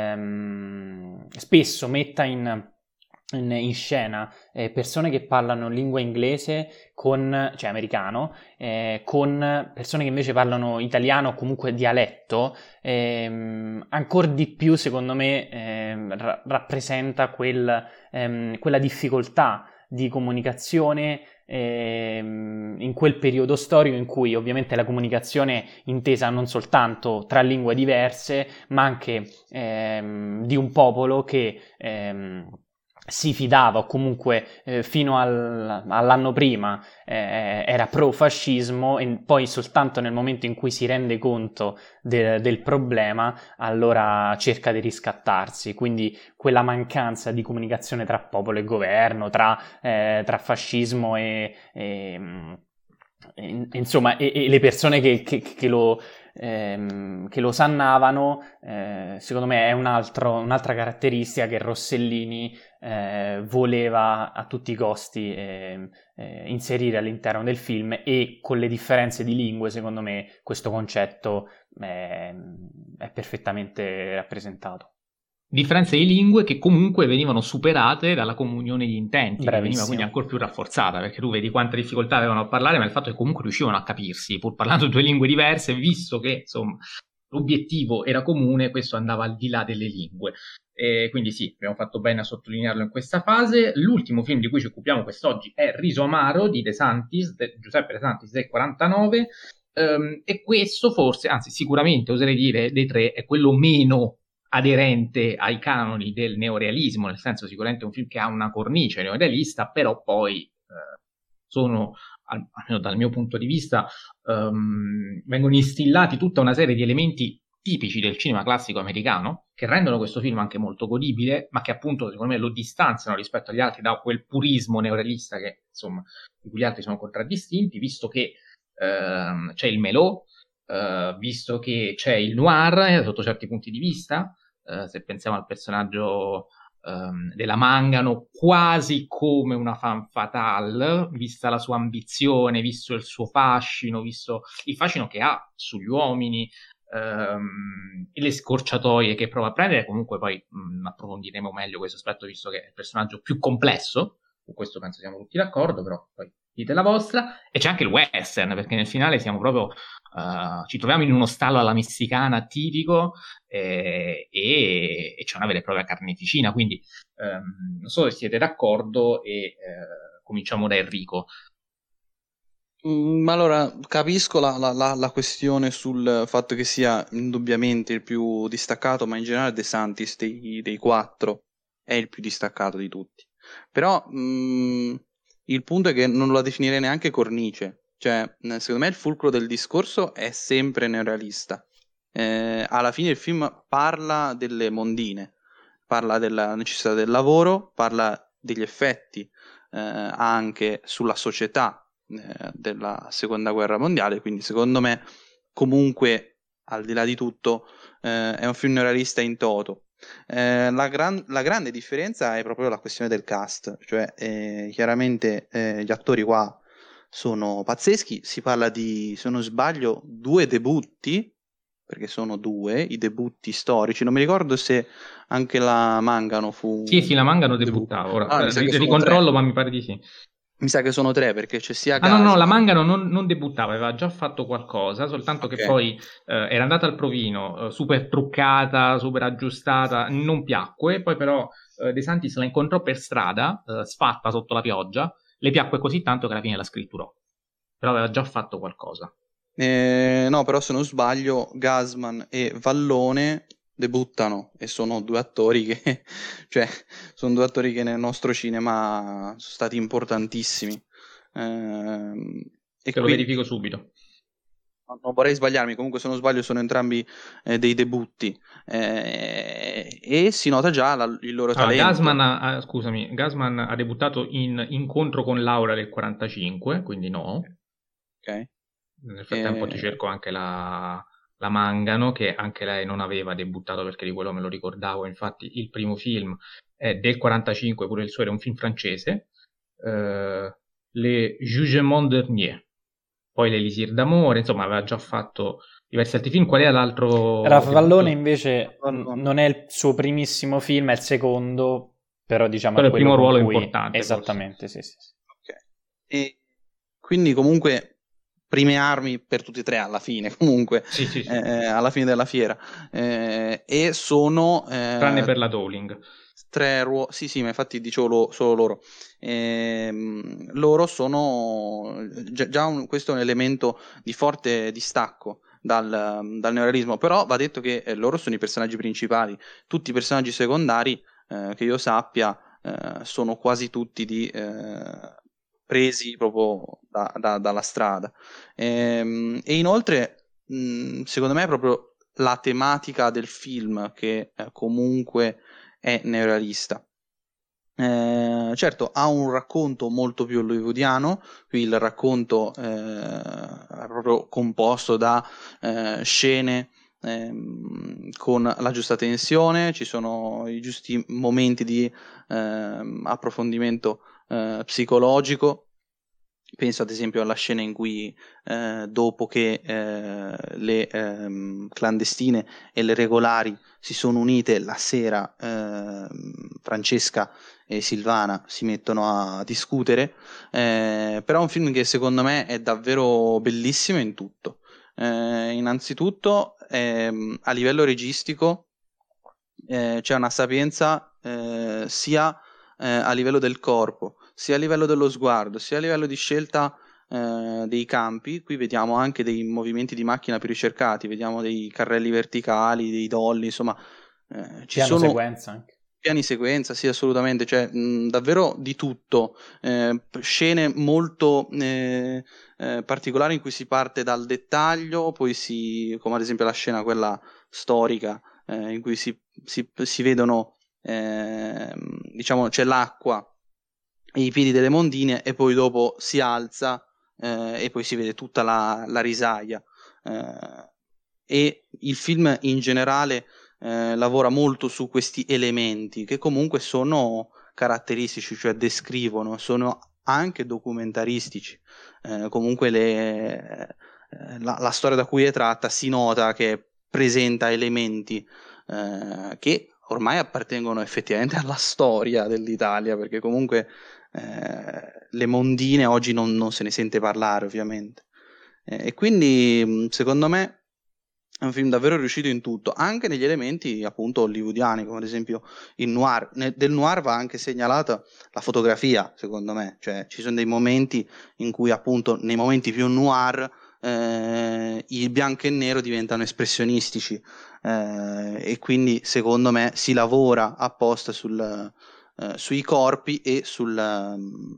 S2: ehm, spesso metta in... In, in scena eh, persone che parlano lingua inglese con, cioè americano, eh, con persone che invece parlano italiano o comunque dialetto, ehm, ancora di più secondo me ehm, ra- rappresenta quel, ehm, quella difficoltà di comunicazione ehm, in quel periodo storico in cui ovviamente la comunicazione intesa non soltanto tra lingue diverse ma anche ehm, di un popolo che ehm, si fidava o comunque eh, fino al, all'anno prima eh, era pro-fascismo e poi soltanto nel momento in cui si rende conto de- del problema allora cerca di riscattarsi, quindi quella mancanza di comunicazione tra popolo e governo, tra, eh, tra fascismo e, e, e insomma e, e le persone che, che, che lo Ehm, che lo sannavano, eh, secondo me è un altro, un'altra caratteristica che Rossellini eh, voleva a tutti i costi eh, eh, inserire all'interno del film, e con le differenze di lingue secondo me questo concetto è, è perfettamente rappresentato.
S1: Differenze di lingue che comunque venivano superate dalla comunione di intenti, che veniva quindi
S2: Bravissimo.
S1: ancora più rafforzata, perché tu vedi quanta difficoltà avevano a parlare, ma il fatto che comunque riuscivano a capirsi, pur parlando due lingue diverse, visto che insomma l'obiettivo era comune, questo andava al di là delle lingue. E quindi sì, abbiamo fatto bene a sottolinearlo in questa fase. L'ultimo film di cui ci occupiamo quest'oggi è Riso Amaro di De Santis, de Giuseppe De Santis del quarantanove, um, e questo forse, anzi sicuramente oserei dire dei tre, è quello meno aderente ai canoni del neorealismo, nel senso sicuramente è un film che ha una cornice neorealista, però poi eh, sono, almeno dal mio punto di vista, um, vengono instillati tutta una serie di elementi tipici del cinema classico americano, che rendono questo film anche molto godibile, ma che appunto secondo me lo distanziano rispetto agli altri da quel purismo neorealista che insomma di cui gli altri sono contraddistinti, visto che ehm, c'è il melò, eh, visto che c'è il noir eh, sotto certi punti di vista. Uh, se pensiamo al personaggio um, della Mangano, quasi come una femme fatale, vista la sua ambizione, visto il suo fascino, visto il fascino che ha sugli uomini um, e le scorciatoie che prova a prendere. Comunque poi um, approfondiremo meglio questo aspetto, visto che è il personaggio più complesso, su questo penso siamo tutti d'accordo, però poi dite la vostra. E c'è anche il western, perché nel finale siamo proprio uh, ci troviamo in uno stallo alla messicana tipico, eh, e, e c'è una vera e propria carneficina, quindi um, non so se siete d'accordo, e uh, cominciamo da Enrico.
S3: Mm, allora, capisco la, la- la- la questione sul fatto che sia indubbiamente il più distaccato, ma in generale De Santis dei, dei quattro è il più distaccato di tutti. Però mm, il punto è che non la definirei neanche cornice. Cioè, eh, secondo me il fulcro del discorso è sempre neorealista. Eh, alla fine il film parla delle mondine, parla della necessità del lavoro, parla degli effetti eh, anche sulla società eh, della seconda guerra mondiale, quindi secondo me comunque al di là di tutto eh, è un film neorealista in toto. Eh, la, gran- la grande differenza è proprio la questione del cast, cioè eh, chiaramente eh, gli attori qua sono pazzeschi, si parla di, se non sbaglio, due debutti, perché sono due i debutti storici, non mi ricordo se anche la Mangano fu
S1: Sì, sì, la Mangano
S3: un debutto.
S1: debuttava. Ora
S3: Ah, mi
S1: eh,
S3: sa che
S1: ri-
S3: sono tre.
S1: ricontrollo, ma mi pare di sì.
S3: Mi sa che sono tre perché c'è sia
S1: Ah no, no, la
S3: Gasman.
S1: Mangano non, non debuttava, aveva già fatto qualcosa, soltanto che
S3: Ok.
S1: poi eh, era andata al provino, eh, super truccata, super aggiustata, non piacque, poi però eh, De Santis la incontrò per strada, eh, sfatta sotto la pioggia, le piacque così tanto che alla fine la scritturò, però aveva già fatto qualcosa.
S3: Eh, no, però se non sbaglio, Gasman e Vallone debuttano e sono due attori che, cioè, sono due attori che nel nostro cinema sono stati importantissimi. Ehm, e
S1: Te lo
S3: quindi
S1: verifico subito.
S3: non vorrei sbagliarmi, comunque se non sbaglio sono entrambi eh, dei debutti eh, e si nota già la- il loro
S1: Allora,
S3: talento.
S1: Gasman ha, ha- scusami, Gasman ha debuttato in Incontro con Laura del quarantacinque, quindi no.
S3: Ok?
S1: Nel frattempo ti
S3: Eh,
S1: cerco anche la, la Mangano, che anche lei non aveva debuttato, perché di quello me lo ricordavo. Infatti, il primo film è del quarantacinque, pure il suo era un film francese, eh, Le Jugement dernier. Poi l'Elisir d'amore, insomma, aveva già fatto diversi altri film. Qual era l'altro
S2: Ralph Vallone
S1: debutto?
S2: invece n-
S3: Vallone.
S2: non è il suo primissimo film, è il secondo, però diciamo
S1: Però
S2: è
S1: il
S2: quello
S1: primo
S2: con
S1: ruolo
S2: cui...
S1: importante, forse.
S2: Esattamente, sì, sì, sì.
S3: Ok. E quindi comunque prime armi per tutti e tre alla fine, comunque,
S1: Sì, sì, sì.
S3: eh, alla fine della fiera. Eh, e sono
S1: Tranne
S3: eh,
S1: per la Dowling.
S3: tre ruoli, sì sì, ma infatti dicevo lo- solo loro. Ehm, loro sono, già, già un- questo è un elemento di forte distacco dal, dal neorealismo, però va detto che eh, loro sono i personaggi principali, tutti i personaggi secondari, eh, che io sappia, eh, sono quasi tutti di... eh, presi proprio da- da- dalla strada. Ehm, e inoltre, mh, secondo me, è proprio la tematica del film che eh, comunque è neorealista. Eh, certo, ha un racconto molto più hollywoodiano, qui il racconto eh, è proprio composto da eh, scene ehm, con la giusta tensione, ci sono i giusti momenti di ehm, approfondimento eh, psicologico. Penso ad esempio alla scena in cui eh, dopo che eh, le ehm, clandestine e le regolari si sono unite la sera, ehm, Francesca e Silvana si mettono a discutere, eh, però è un film che secondo me è davvero bellissimo in tutto. Eh, innanzitutto ehm, a livello registico eh, c'è una sapienza eh, sia eh, a livello del corpo, sia a livello dello sguardo, sia a livello di scelta eh, dei campi. Qui vediamo anche dei movimenti di macchina più ricercati, vediamo dei carrelli verticali, dei dolly, insomma, eh, ci
S2: Piano
S3: sono
S2: sequenza anche.
S3: piani sequenza, sì, assolutamente, cioè mh, davvero di tutto. Eh, scene molto eh, eh, particolari in cui si parte dal dettaglio, poi si, come ad esempio la scena quella storica eh, in cui si, si, si vedono, eh, diciamo, c'è l'acqua e i piedi delle mondine e poi dopo si alza eh, e poi si vede tutta la, la risaia. Eh, e il film in generale eh, lavora molto su questi elementi che comunque sono caratteristici, cioè descrivono, sono anche documentaristici. Eh, comunque le, eh, la, la storia da cui è tratta si nota che presenta elementi eh, che ormai appartengono effettivamente alla storia dell'Italia, perché comunque eh, le mondine oggi non, non se ne sente parlare, ovviamente. Eh, e quindi, secondo me, è un film davvero riuscito in tutto, anche negli elementi appunto hollywoodiani, come ad esempio il noir. Ne- del noir va anche segnalata la fotografia, secondo me, cioè ci sono dei momenti in cui appunto nei momenti più noir eh, il bianco e nero diventano espressionistici, eh, e quindi secondo me si lavora apposta sul, eh, sui corpi e sul, um,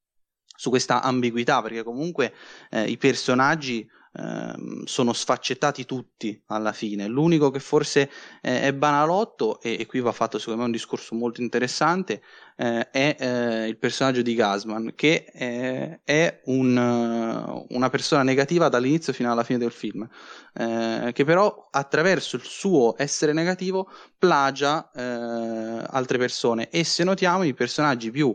S3: su questa ambiguità, perché comunque eh, i personaggi ehm, sono sfaccettati tutti alla fine. L'unico che forse eh, è banalotto, e, e qui va fatto secondo me un discorso molto interessante, eh, è eh, il personaggio di Gasman, che eh, è un, uh, una persona negativa dall'inizio fino alla fine del film, eh, che però attraverso il suo essere negativo plagia eh, altre persone, e se notiamo i personaggi più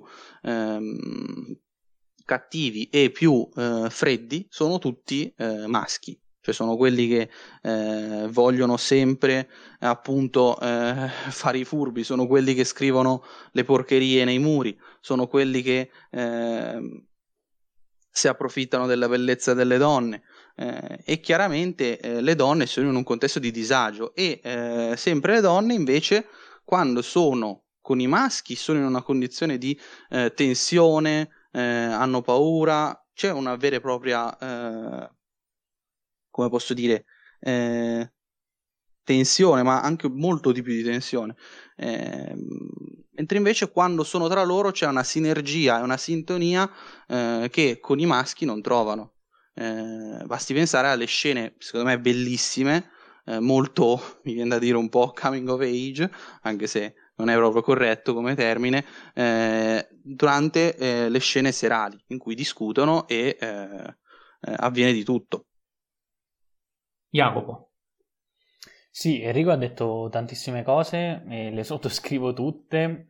S3: ehm, cattivi e più eh, freddi sono tutti eh, maschi, cioè sono quelli che eh, vogliono sempre eh, appunto eh, fare i furbi, sono quelli che scrivono le porcherie nei muri, sono quelli che eh, si approfittano della bellezza delle donne, eh, e chiaramente eh, le donne sono in un contesto di disagio, e eh, sempre le donne invece quando sono con i maschi sono in una condizione di eh, tensione, eh, hanno paura, c'è una vera e propria, eh, come posso dire, eh, tensione, ma anche molto di più di tensione. Eh, mentre invece quando sono tra loro c'è una sinergia e una sintonia eh, che con i maschi non trovano. Eh, basti pensare alle scene, secondo me, bellissime, eh, molto, mi viene da dire un po' coming of age, anche se non è proprio corretto come termine, eh, durante eh, le scene serali in cui discutono e eh, eh, avviene di tutto.
S1: Jacopo.
S2: Sì, Enrico ha detto tantissime cose e le sottoscrivo tutte.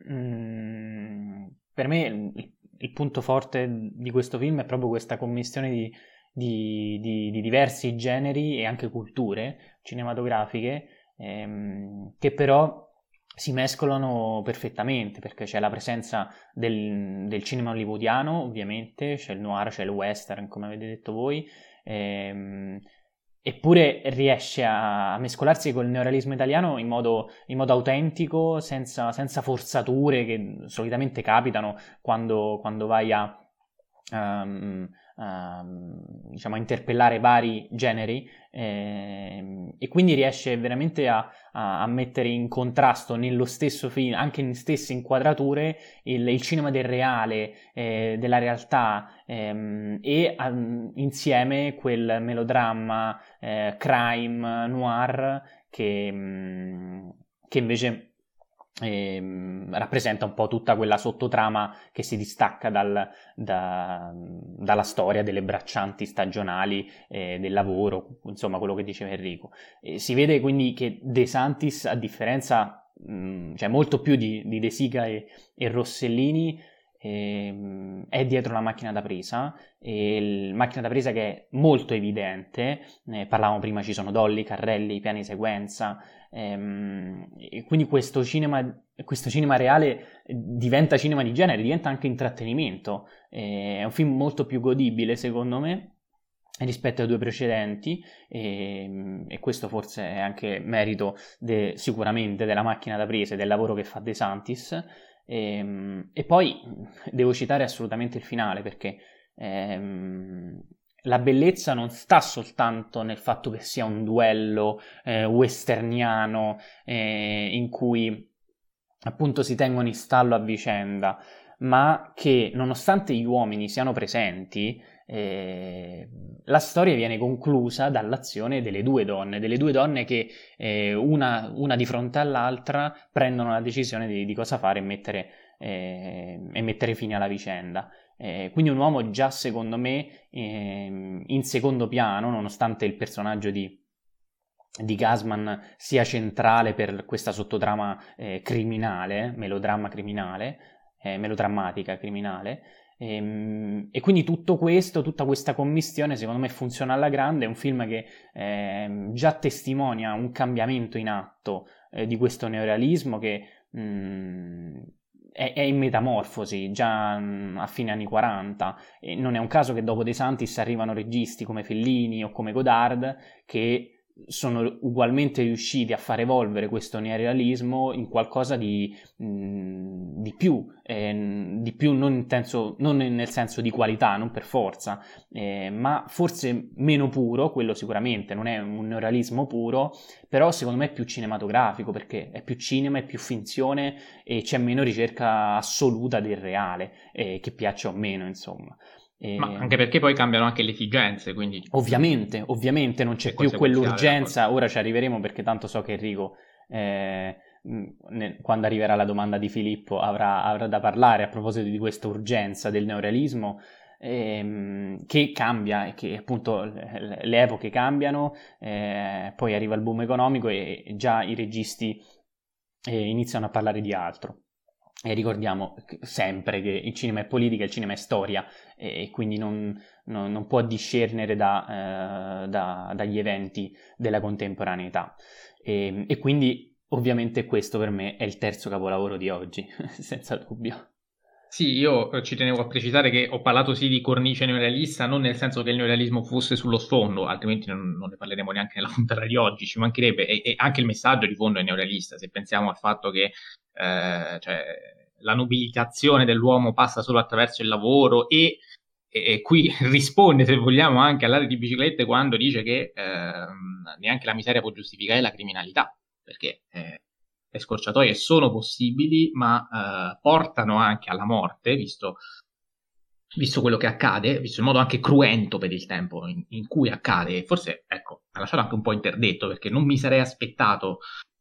S2: Mm, per me il, il punto forte di questo film è proprio questa commistione di, di- di- di diversi generi e anche culture cinematografiche, ehm, che però si mescolano perfettamente, perché c'è la presenza del, del cinema hollywoodiano, ovviamente, c'è il noir, c'è il western, come avete detto voi, ehm, eppure riesce a, a mescolarsi col neorealismo italiano in modo, in modo autentico, senza, senza forzature che solitamente capitano quando, quando vai a, um, um, diciamo, a interpellare vari generi, ehm, e quindi riesce veramente a, a, a mettere in contrasto nello stesso film, anche in stesse inquadrature, il, il cinema del reale, eh, della realtà, ehm, e um, insieme quel melodramma, eh, crime, noir, che, mh, che invece ehm, rappresenta un po' tutta quella sottotrama che si distacca dal, da, dalla storia delle braccianti stagionali, eh, del lavoro, insomma quello che diceva Enrico. E si vede quindi che De Santis, a differenza, mh, cioè molto più di, di De Sica e, e Rossellini, ehm, è dietro la macchina da presa, e il macchina da presa che è molto evidente, ne parlavamo prima, ci sono dolly, carrelli, piani sequenza, ehm, e quindi questo cinema, questo cinema reale diventa cinema di genere, diventa anche intrattenimento, eh, è un film molto più godibile secondo me rispetto ai due precedenti, e, e questo forse è anche merito de, sicuramente della macchina da presa e del lavoro che fa De Santis. E, e poi devo citare assolutamente il finale, perché ehm, la bellezza non sta soltanto nel fatto che sia un duello eh, westerniano, eh, in cui appunto si tengono in stallo a vicenda, ma che nonostante gli uomini siano presenti, eh, la storia viene conclusa dall'azione delle due donne, delle due donne che eh, una, una di fronte all'altra prendono la decisione di, di cosa fare e mettere, eh, e mettere fine alla vicenda. Eh, quindi un uomo già secondo me eh, in secondo piano, nonostante il personaggio di di Gasman sia centrale per questa sottotrama eh, criminale, melodramma criminale, eh, melodrammatica criminale, e, e quindi tutto questo, tutta questa commistione secondo me funziona alla grande. È un film che eh, già testimonia un cambiamento in atto eh, di questo neorealismo che mh, è, è in metamorfosi già mh, a fine anni quaranta, e non è un caso che dopo De Santis arrivano registi come Fellini o come Godard che sono ugualmente riusciti a far evolvere questo neorealismo in qualcosa di, mh, di più, eh, di più non, in senso, non nel senso di qualità, non per forza, eh, ma forse meno puro, quello sicuramente, non è un neorealismo puro, però secondo me è più cinematografico, perché è più cinema, è più finzione e c'è meno ricerca assoluta del reale, eh, che piaccia o meno, insomma. E...
S1: Ma anche perché poi cambiano anche le esigenze, quindi...
S2: Ovviamente, ovviamente non c'è più quell'urgenza, ora ci arriveremo perché tanto so che Enrico, eh, ne, quando arriverà la domanda di Filippo, avrà, avrà da parlare a proposito di questa urgenza del neorealismo, ehm, che cambia, e che appunto le, le epoche cambiano, eh, poi arriva il boom economico e, e già i registi eh, iniziano a parlare di altro. E ricordiamo sempre che il cinema è politica, il cinema è storia, e quindi non, non, non può discernere da, eh, da, dagli eventi della contemporaneità. E, e quindi ovviamente questo per me è il terzo capolavoro di oggi, senza dubbio.
S1: Sì, io ci tenevo a precisare che ho parlato sì di cornice neorealista, non nel senso che il neorealismo fosse sullo sfondo, altrimenti non, non ne parleremo neanche nella puntata di oggi, ci mancherebbe, e, e anche il messaggio di fondo è neorealista, se pensiamo al fatto che eh, cioè, la nobilitazione dell'uomo passa solo attraverso il lavoro e, e, e qui risponde, se vogliamo, anche all'area di biciclette quando dice che eh, neanche la miseria può giustificare la criminalità, perché... Eh, le scorciatoie sono possibili, ma eh, portano anche alla morte, visto, visto quello che accade, visto il modo anche cruento per il tempo in, in cui accade. Forse, ecco, ha lasciato anche un po' interdetto, perché non mi sarei aspettato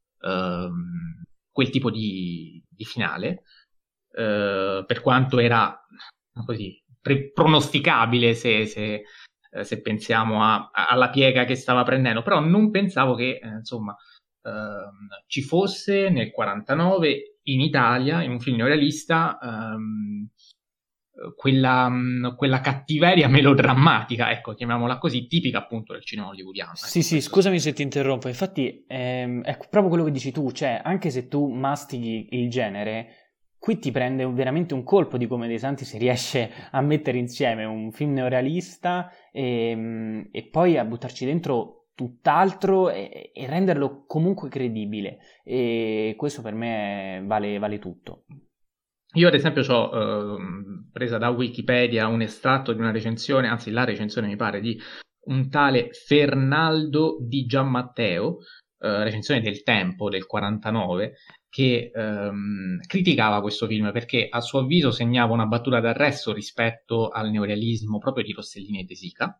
S1: ehm, quel tipo di, di finale, eh, per quanto era così pre- pronosticabile se, se, eh, se pensiamo a, a, alla piega che stava prendendo, però non pensavo che, eh, insomma, Uh, ci fosse nel quarantanove in Italia, in un film neorealista, um, quella, um, quella cattiveria melodrammatica, ecco, chiamiamola così, tipica appunto del cinema hollywoodiano. Ecco,
S2: sì, sì, scusami se ti interrompo, infatti ehm, è proprio quello che dici tu, cioè anche se tu mastichi il genere, qui ti prende veramente un colpo di come De Santis riesce a mettere insieme un film neorealista e, e poi a buttarci dentro tutt'altro e, e renderlo comunque credibile, e questo per me vale, vale tutto.
S1: Io ad esempio ho eh, presa da Wikipedia un estratto di una recensione, anzi la recensione mi pare di un tale Fernaldo Di Giammatteo, eh, recensione del Tempo del quarantanove, che ehm, criticava questo film perché a suo avviso segnava una battuta d'arresto rispetto al neorealismo proprio di Rossellini e De Sica.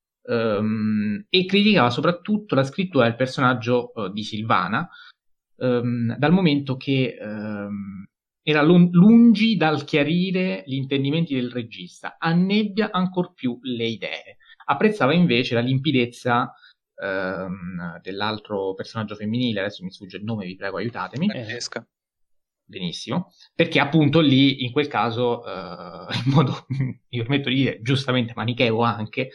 S1: Um, e criticava soprattutto la scrittura del personaggio uh, di Silvana, um, dal momento che um, era lun- lungi dal chiarire gli intendimenti del regista, annebbia ancor più le idee. Apprezzava invece la limpidezza um, dell'altro personaggio femminile, adesso mi sfugge il nome, vi prego aiutatemi.
S3: Francesca.
S1: Benissimo, perché appunto lì in quel caso, uh, in modo, mi permetto di dire, giustamente manicheo anche,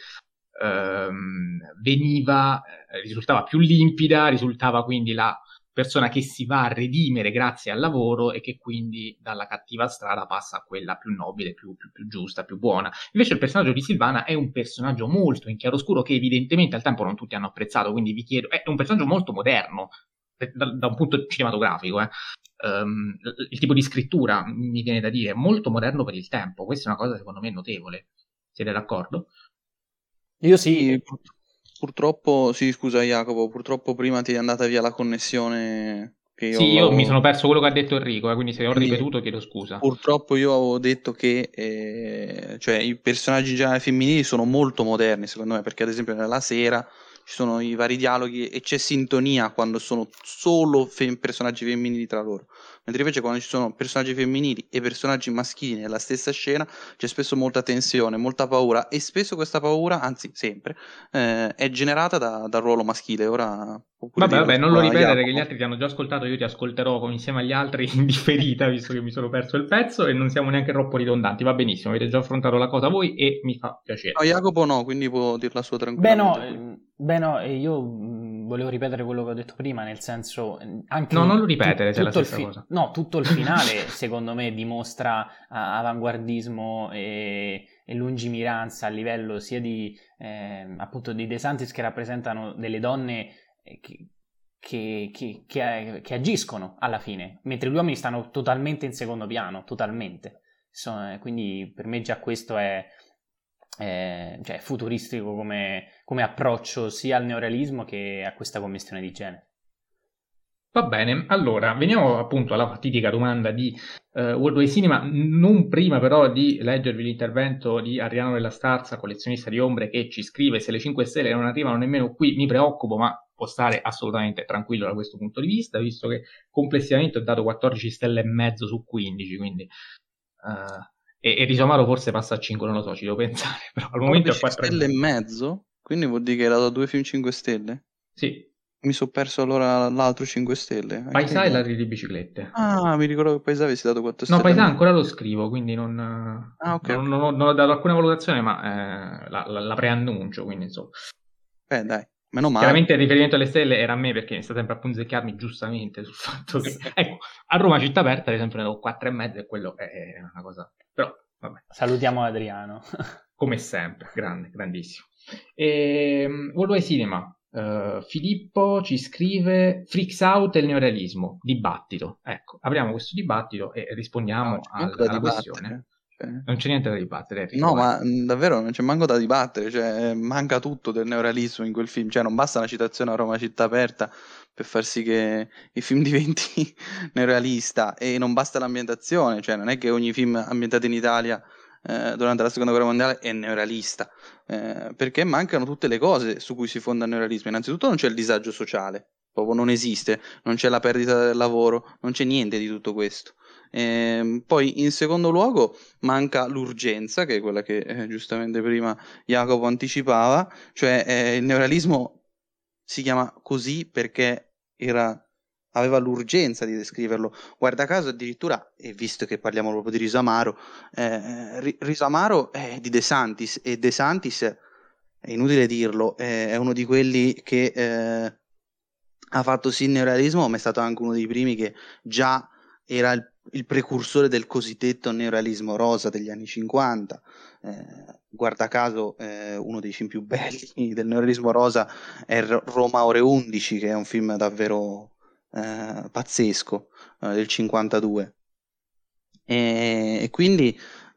S1: Ehm, veniva, eh, risultava più limpida, risultava quindi la persona che si va a redimere grazie al lavoro e che quindi dalla cattiva strada passa a quella più nobile, più, più, più giusta, più buona. Invece il personaggio di Silvana è un personaggio molto in chiaroscuro che evidentemente al tempo non tutti hanno apprezzato, quindi vi chiedo, è un personaggio molto moderno da, da un punto cinematografico, eh. Um, il tipo di scrittura, mi viene da dire, è molto moderno per il tempo. Questa è una cosa secondo me notevole. Siete d'accordo?
S2: Io sì.
S3: Pur- purtroppo, sì, scusa Jacopo, purtroppo prima ti è andata via la connessione che io
S1: Sì, io
S3: avevo...
S1: mi sono perso quello che ha detto Enrico, eh, quindi se ho
S3: Quindi,
S1: ripetuto chiedo scusa.
S3: Purtroppo io avevo detto che eh, cioè, i personaggi in generale femminili sono molto moderni, secondo me, perché ad esempio nella sera ci sono i vari dialoghi e c'è sintonia quando sono solo fem- personaggi femminili tra loro. Mentre invece quando ci sono personaggi femminili e personaggi maschili nella stessa scena c'è spesso molta tensione, molta paura, e spesso questa paura, anzi sempre, eh, è generata da- dal ruolo maschile. Ora può pure
S1: Vabbè,
S3: dirlo
S1: vabbè, non
S3: tu,
S1: lo
S3: a
S1: ripetere
S3: Jacopo.
S1: che gli altri ti hanno già ascoltato, io ti ascolterò come insieme agli altri in differita, visto che mi sono perso il pezzo e non siamo neanche troppo ridondanti, va benissimo, avete già affrontato la cosa voi e mi fa piacere.
S3: No, Jacopo no, quindi può dirla sua
S2: Beh no,
S3: tranquillamente.
S2: eh, beh no, e io mh, volevo ripetere quello che ho detto prima, nel senso anche
S1: no, non lo ripetere,
S2: tu,
S1: c'è la
S2: tutto
S1: stessa
S2: il fi-
S1: cosa.
S2: no, tutto il finale secondo me dimostra uh, avanguardismo e, e lungimiranza a livello sia di eh, appunto di De Santis, che rappresentano delle donne che, che, che, che, che agiscono alla fine, mentre gli uomini stanno totalmente in secondo piano, totalmente. So, quindi per me già questo è Eh, cioè futuristico come, come approccio sia al neorealismo che a questa commistione di genere.
S1: Va bene, allora veniamo appunto alla fatidica domanda di uh, Worldwide Cinema, non prima però di leggervi l'intervento di Ariano della Starza, collezionista di ombre, che ci scrive: se le cinque stelle non arrivano nemmeno qui mi preoccupo, ma può stare assolutamente tranquillo da questo punto di vista, visto che complessivamente ho dato quattordici stelle e mezzo su quindici, quindi uh, e, e Risomaro forse passa a cinque, non lo so, ci devo pensare, però al momento è quattro
S3: stelle e mezzo, quindi vuol dire che hai dato due film cinque stelle?
S1: Sì.
S3: Mi sono perso allora l'altro cinque stelle.
S1: Paesà e la di biciclette.
S3: Ah, mi ricordo che Paesà avessi dato quattro stelle.
S1: No, Paesà ancora lo scrivo, quindi non,
S3: ah, okay,
S1: non,
S3: okay.
S1: non, ho, non ho dato alcuna valutazione, ma eh, la, la, la preannuncio, quindi insomma.
S3: Beh, dai, meno male.
S1: Chiaramente il riferimento alle stelle era a me, perché mi sta sempre a punzecchiarmi giustamente sul fatto che, ecco, a Roma città aperta ad esempio ne do quattro e mezzo e quello è una cosa, però vabbè.
S2: Salutiamo Adriano.
S1: Come sempre, grande, grandissimo. E, Worldwide Cinema. Uh, Filippo ci scrive: Freaks Out e il neorealismo, dibattito. Ecco, apriamo questo dibattito e rispondiamo
S3: no,
S1: al, alla questione. Cioè... Non c'è niente da dibattere. Enrico,
S3: no,
S1: vai.
S3: ma davvero non c'è manco da dibattere, cioè manca tutto del neorealismo in quel film, cioè non basta una citazione a Roma città aperta per far sì che il film diventi neorealista, e non basta l'ambientazione, cioè non è che ogni film ambientato in Italia Eh, durante la seconda guerra mondiale è neorealista, eh, perché mancano tutte le cose su cui si fonda il neorealismo. Innanzitutto non c'è il disagio sociale, proprio non esiste, non c'è la perdita del lavoro, non c'è niente di tutto questo. Eh, poi in secondo luogo manca l'urgenza, che è quella che eh, giustamente prima Jacopo anticipava, cioè eh, il neorealismo si chiama così perché era aveva l'urgenza di descriverlo. Guarda caso addirittura, e visto che parliamo proprio di Risamaro, eh, Risamaro è di De Santis, e De Santis, è inutile dirlo, è uno di quelli che eh, ha fatto sì il neorealismo, ma è stato anche uno dei primi che già era il, il precursore del cosiddetto neorealismo rosa degli anni cinquanta. Eh, guarda caso eh, uno dei film più belli del neorealismo rosa è Roma ore undici, che è un film davvero Eh, pazzesco, eh, del cinquantadue, e, e quindi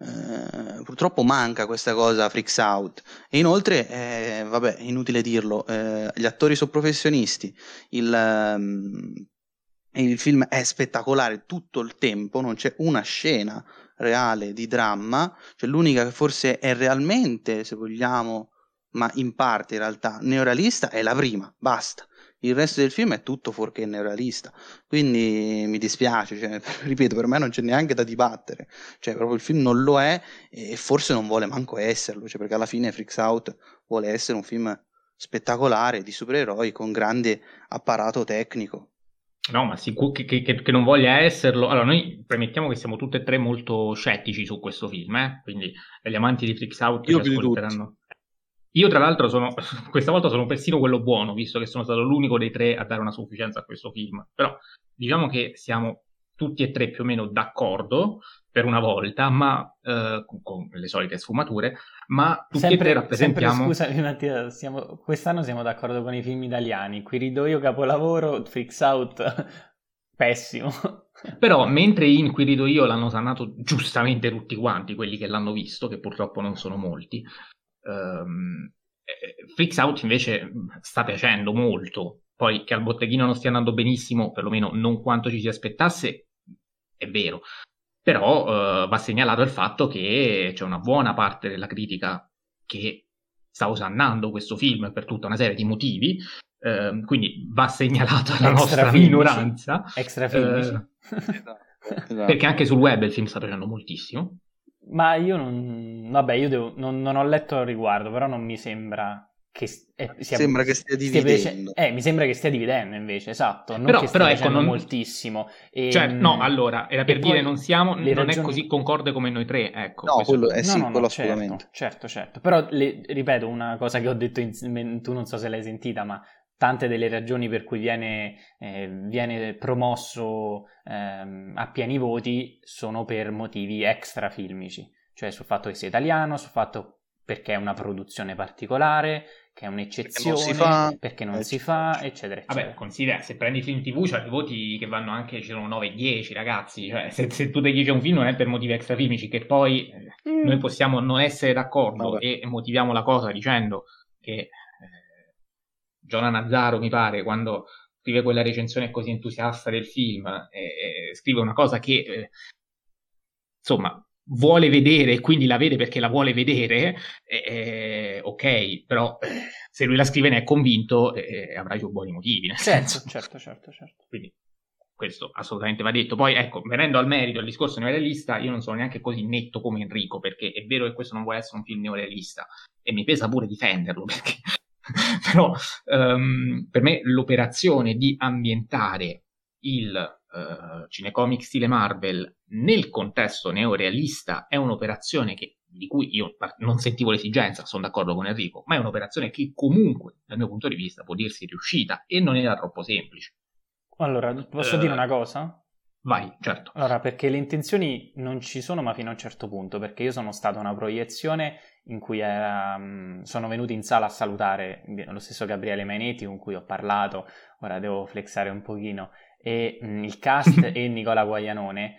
S3: eh, purtroppo manca questa cosa a Freaks Out. E inoltre eh, vabbè, inutile dirlo, eh, gli attori sono professionisti, il, um, il film è spettacolare tutto il tempo, non c'è una scena reale di dramma, cioè l'unica che forse è realmente, se vogliamo, ma in parte in realtà neorealista è la prima, basta. Il resto del film è tutto fuorché neorealista, quindi mi dispiace, cioè, ripeto, per me non c'è neanche da dibattere, cioè proprio il film non lo è e forse non vuole manco esserlo, cioè, perché alla fine Freaks Out vuole essere un film spettacolare di supereroi con grande apparato tecnico.
S1: No, ma sicuro che, che, che non voglia esserlo. Allora, noi premettiamo che siamo tutte e tre molto scettici su questo film, eh? Quindi gli amanti di Freaks Out
S3: Io
S1: ci
S3: più
S1: ascolteranno. Io tra l'altro sono, questa volta sono persino quello buono, visto che sono stato l'unico dei tre a dare una sufficienza a questo film. Però diciamo che siamo tutti e tre più o meno d'accordo per una volta, ma eh, con, con le solite sfumature, ma tutti
S2: sempre,
S1: e tre rappresentiamo...
S2: Sempre, scusami Mattia, siamo, quest'anno siamo d'accordo con i film italiani, Quiridoio capolavoro, Freaks Out pessimo.
S1: Però mentre in Qui rido io l'hanno sannato giustamente tutti quanti, quelli che l'hanno visto, che purtroppo non sono molti, Um, Freaks Out invece sta piacendo molto. Poi che al botteghino non stia andando benissimo, perlomeno non quanto ci si aspettasse, è vero, però uh, va segnalato il fatto che c'è una buona parte della critica che sta osannando questo film per tutta una serie di motivi, uh, quindi va segnalata la nostra filmici. minoranza
S2: extra filmici.
S1: Uh, esatto, esatto. Perché anche sul web il film sta piacendo moltissimo.
S2: Ma io non... Vabbè, io devo... non, non ho letto al riguardo, però non mi sembra che eh, sia...
S3: Sembra che stia dividendo.
S2: Stia... Eh, mi sembra che stia dividendo invece, esatto. Non
S1: però,
S2: che stia
S1: però ecco, non...
S2: moltissimo. E...
S1: Cioè, no, allora, era per dire non siamo... Non ragioni... è così concorde come noi tre, ecco.
S3: No, quello è
S2: no,
S3: sì,
S2: no, no,
S3: quello
S2: certo,
S3: assolutamente.
S2: Certo, certo. Però, le... ripeto, una cosa che ho detto in... tu non so se l'hai sentita, ma tante delle ragioni per cui viene, eh, viene promosso ehm, a pieni voti sono per motivi extrafilmici, cioè sul fatto che sia italiano, sul fatto perché è una produzione particolare, che è un'eccezione,
S3: Perché non si fa,
S2: perché non
S3: eh,
S2: si fa, eccetera, eccetera.
S1: Vabbè, considera, se prendi film tivù c'ha i voti che vanno anche, ci sono nove e dieci, ragazzi, cioè se, se tu dai dieci a un film non è per motivi extrafilmici, che poi eh,
S3: Mm.
S1: noi possiamo non essere d'accordo
S3: Vabbè.
S1: e motiviamo la cosa dicendo che eh, Giona Nazzaro, mi pare, quando scrive quella recensione così entusiasta del film, eh, eh, scrive una cosa che, eh, insomma, vuole vedere e quindi la vede perché la vuole vedere, eh, eh, ok, però eh, se lui la scrive ne è convinto, eh, avrà i suoi buoni motivi, nel
S2: Certo,
S1: senso.
S2: certo, certo, certo.
S1: Quindi questo assolutamente va detto. Poi ecco, venendo al merito del discorso neorealista, io non sono neanche così netto come Enrico, perché è vero che questo non vuole essere un film neorealista e mi pesa pure difenderlo, perché però um, per me l'operazione di ambientare il uh, cinecomic stile Marvel nel contesto neorealista è un'operazione che, di cui io non sentivo l'esigenza, sono d'accordo con Enrico, ma è un'operazione che comunque, dal mio punto di vista, può dirsi riuscita e non era troppo semplice.
S2: Allora, posso
S1: Uh,
S2: dire una cosa?
S1: Vai, certo.
S2: Allora, perché le intenzioni non ci sono, ma fino a un certo punto, perché io sono stato a una proiezione in cui era, mh, sono venuti in sala a salutare lo stesso Gabriele Mainetti, con cui ho parlato, ora devo flexare un pochino, e mh, il cast e Nicola Guaglianone,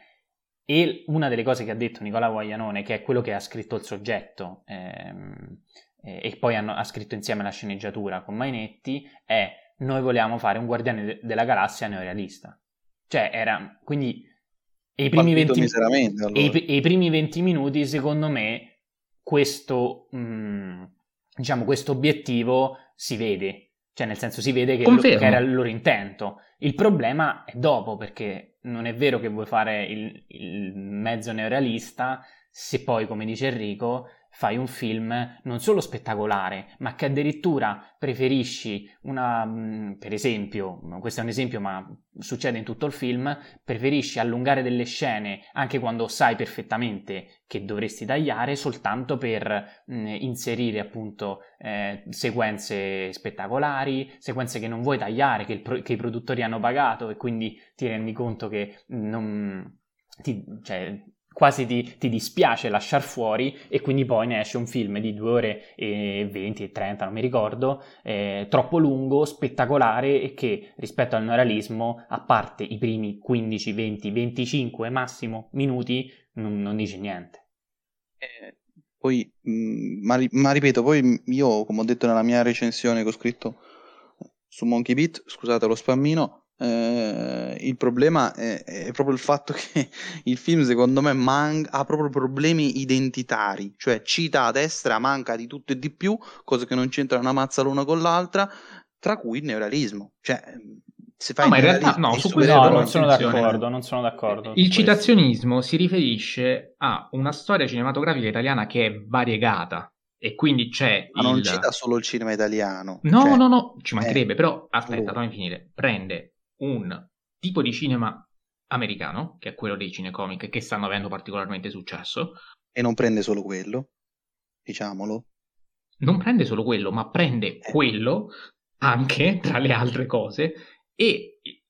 S2: e una delle cose che ha detto Nicola Guaglianone, che è quello che ha scritto il soggetto, ehm, e, e poi hanno, ha scritto insieme la sceneggiatura con Mainetti, è: noi vogliamo fare un Guardiani de- della Galassia neorealista. Cioè, era, quindi, e i primi venti,
S3: miseramente, allora.
S2: e i, e i primi venti minuti, secondo me, questo, mh, diciamo, questo obiettivo si vede. Cioè, nel senso, si vede che, lo, che era il loro intento. Il problema è dopo, perché non è vero che vuoi fare il, il mezzo neorealista se poi, come dice Enrico, fai un film non solo spettacolare, ma che addirittura preferisci una, per esempio, questo è un esempio ma succede in tutto il film, preferisci allungare delle scene anche quando sai perfettamente che dovresti tagliare, soltanto per mh, inserire appunto eh, sequenze spettacolari, sequenze che non vuoi tagliare, che, il pro- che i produttori hanno pagato, e quindi ti rendi conto che non... Ti, cioè, quasi ti, ti dispiace lasciar fuori, e quindi poi ne esce un film di due ore e venti e trenta, non mi ricordo, eh, troppo lungo, spettacolare, e che rispetto al neorealismo, a parte i primi quindici, venti, venticinque massimo minuti, non, non dice niente.
S3: Eh, poi, mh, ma, ma ripeto, poi io, come ho detto nella mia recensione che ho scritto su Monkey Beat, scusate lo spammino, Eh, il problema è, è proprio il fatto che il film, secondo me, man- ha proprio problemi identitari, cioè cita a destra, manca di tutto e di più, cose che non c'entrano una mazza l'una con l'altra, tra cui il neorealismo. Cioè, se fai
S1: No, ma in
S3: il
S1: realtà
S3: neorealismo
S1: no,
S3: e
S1: su
S3: i
S1: questo
S2: No,
S1: però
S2: non sono
S1: attenzione.
S2: d'accordo, non sono d'accordo.
S1: Il
S2: su questo.
S1: citazionismo si riferisce a una storia cinematografica italiana che è variegata, e quindi c'è
S3: Ma
S1: il...
S3: non cita solo il cinema italiano.
S1: No,
S3: cioè,
S1: no, no, ci
S3: eh,
S1: mancherebbe, però aspetta,
S3: allora.
S1: fammi finire. Prende un tipo di cinema americano, che è quello dei cinecomic, che stanno avendo particolarmente successo.
S3: E non prende solo quello, diciamolo.
S1: Non prende solo quello, ma prende
S3: Eh.
S1: quello anche, tra le altre cose, e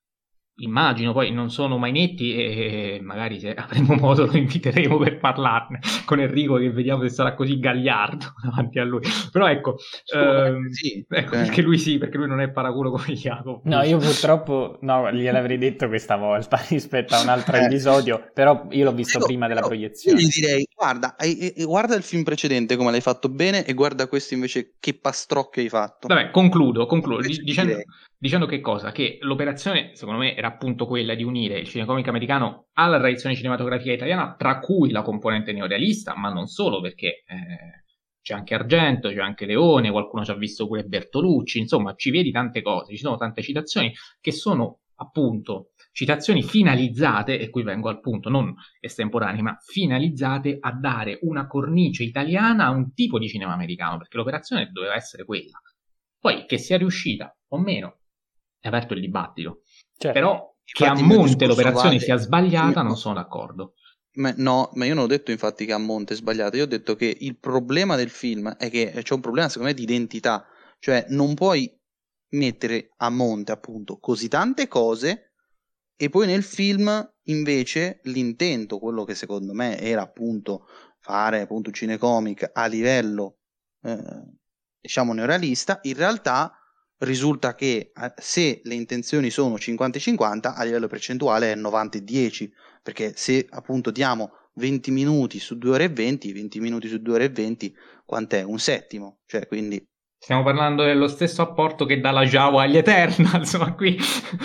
S1: immagino, poi non sono Mainetti e magari se avremo modo lo inviteremo per parlarne con Enrico, che vediamo se sarà così gagliardo davanti a lui. Però ecco, ehm,
S3: sì,
S1: ecco
S3: eh.
S1: perché lui sì, perché lui non è paraculo come Jacopo.
S2: No, io purtroppo no, gliel'avrei detto questa volta rispetto a un altro eh. episodio, però io l'ho visto
S3: io,
S2: prima della
S3: io,
S2: proiezione.
S3: Io gli direi, guarda, hai, hai, guarda il film precedente come l'hai fatto bene, e guarda questo invece che pastrocchio hai fatto.
S1: Vabbè, concludo, concludo dicendo, dicendo che cosa? Che l'operazione, secondo me, era appunto quella di unire il cinecomic americano alla tradizione cinematografica italiana, tra cui la componente neorealista, ma non solo, perché eh, c'è anche Argento, c'è anche Leone, qualcuno ci ha visto pure Bertolucci, insomma, ci vedi tante cose, ci sono tante citazioni che sono appunto citazioni finalizzate, e qui vengo al punto, non estemporanee, ma finalizzate a dare una cornice italiana a un tipo di cinema americano, perché l'operazione doveva essere quella. Poi che sia riuscita o meno è aperto il dibattito,
S2: certo.
S1: Però che
S3: Infatti,
S1: a monte l'operazione
S3: vale...
S1: sia sbagliata
S3: no.
S1: non sono d'accordo.
S3: Ma no, ma io non ho detto infatti che a monte è sbagliato, io ho detto che il problema del film è che c'è un problema secondo me di identità, cioè non puoi mettere a monte appunto così tante cose e poi nel film invece l'intento, quello che secondo me era appunto fare appunto un cinecomic a livello eh, diciamo neorealista, in realtà risulta che eh, se le intenzioni sono cinquanta cinquanta, a livello percentuale è novanta dieci, perché se appunto diamo venti minuti su due ore e venti, venti minuti su due ore e venti, quant'è? Un settimo, cioè quindi...
S1: Stiamo parlando dello stesso apporto che dà la Jawa agli Eternals, ma qui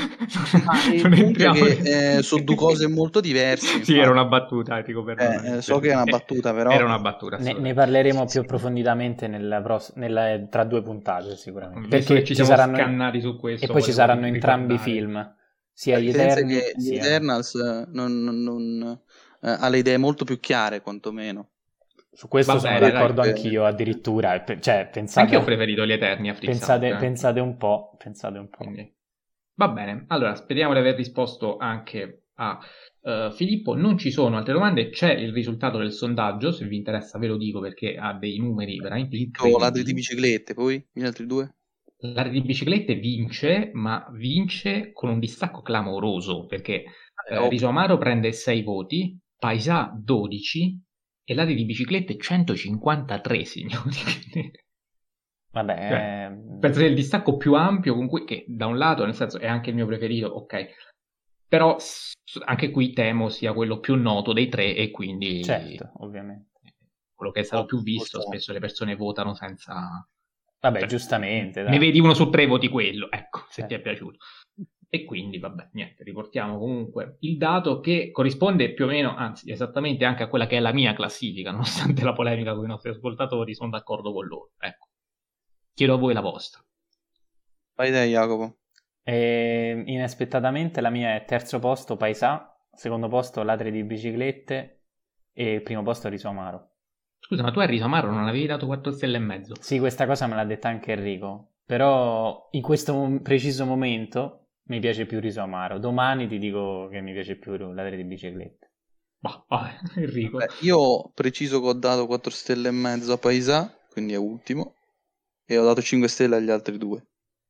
S3: ah, non entriamo... che eh, sono due cose molto diverse.
S1: Sì, era una battuta, Tico,
S3: eh, so che è una battuta, però...
S1: Era una battuta.
S2: Ne, ne parleremo più approfonditamente nella pross- nella, tra due puntate, sicuramente.
S1: Perché
S2: Perché
S1: ci,
S2: ci
S1: siamo
S2: saranno
S1: scannati su questo.
S2: E poi ci saranno entrambi i film, sia gli Eterni
S3: che
S2: sia...
S3: gli Eternals non, non, non, eh, ha le idee molto più chiare, quantomeno.
S2: Su questo
S1: Vabbè,
S2: sono
S1: dai,
S2: d'accordo
S1: dai,
S2: anch'io, addirittura. Cioè, pensate...
S1: Anche io ho preferito gli Eterni a Freaks
S2: pensate,
S1: Out, eh.
S2: pensate un po', pensate un po'.
S1: Quindi... Va bene, allora speriamo di aver risposto anche a uh, Filippo. Non ci sono altre domande, c'è il risultato del sondaggio, se vi interessa ve lo dico perché ha dei numeri veramente incredibili.
S3: Ladri di biciclette, poi gli altri due?
S1: Ladri di biciclette vince, ma vince con un distacco clamoroso, perché eh, eh, Riso Amaro prende sei voti, Paesà dodici e Ladri di biciclette centocinquantatré, signori.
S2: Vabbè,
S1: cioè, penso sia il distacco più ampio con cui, che da un lato, nel senso, è anche il mio preferito, ok, però anche qui temo sia quello più noto dei tre e quindi
S2: certo, ovviamente
S1: quello che è stato più visto. Spesso le persone votano senza,
S2: vabbè,
S1: cioè,
S2: giustamente, dai.
S1: Ne vedi uno su tre, voti quello, ecco, se
S2: certo.
S1: ti è piaciuto. E quindi, vabbè, niente, riportiamo comunque il dato che corrisponde più o meno, anzi esattamente anche a quella che è la mia classifica, nonostante la polemica con i nostri ascoltatori, sono d'accordo con loro, ecco. Chiedo a voi la vostra.
S3: Vai dai, Jacopo.
S2: E, inaspettatamente la mia è terzo posto Paesà, secondo posto Ladri di biciclette e primo posto Riso Amaro.
S1: Scusa, ma tu a Riso Amaro non avevi dato quattro stelle e mezzo?
S2: Sì, questa cosa me l'ha detta anche Enrico, però in questo mo- preciso momento mi piace più Riso Amaro. Domani ti dico che mi piace più Ladri di biciclette.
S1: Bah, vabbè, Enrico.
S3: Beh, io preciso che ho dato quattro stelle e mezzo a Paesà, quindi è ultimo, e ho dato cinque stelle agli altri due.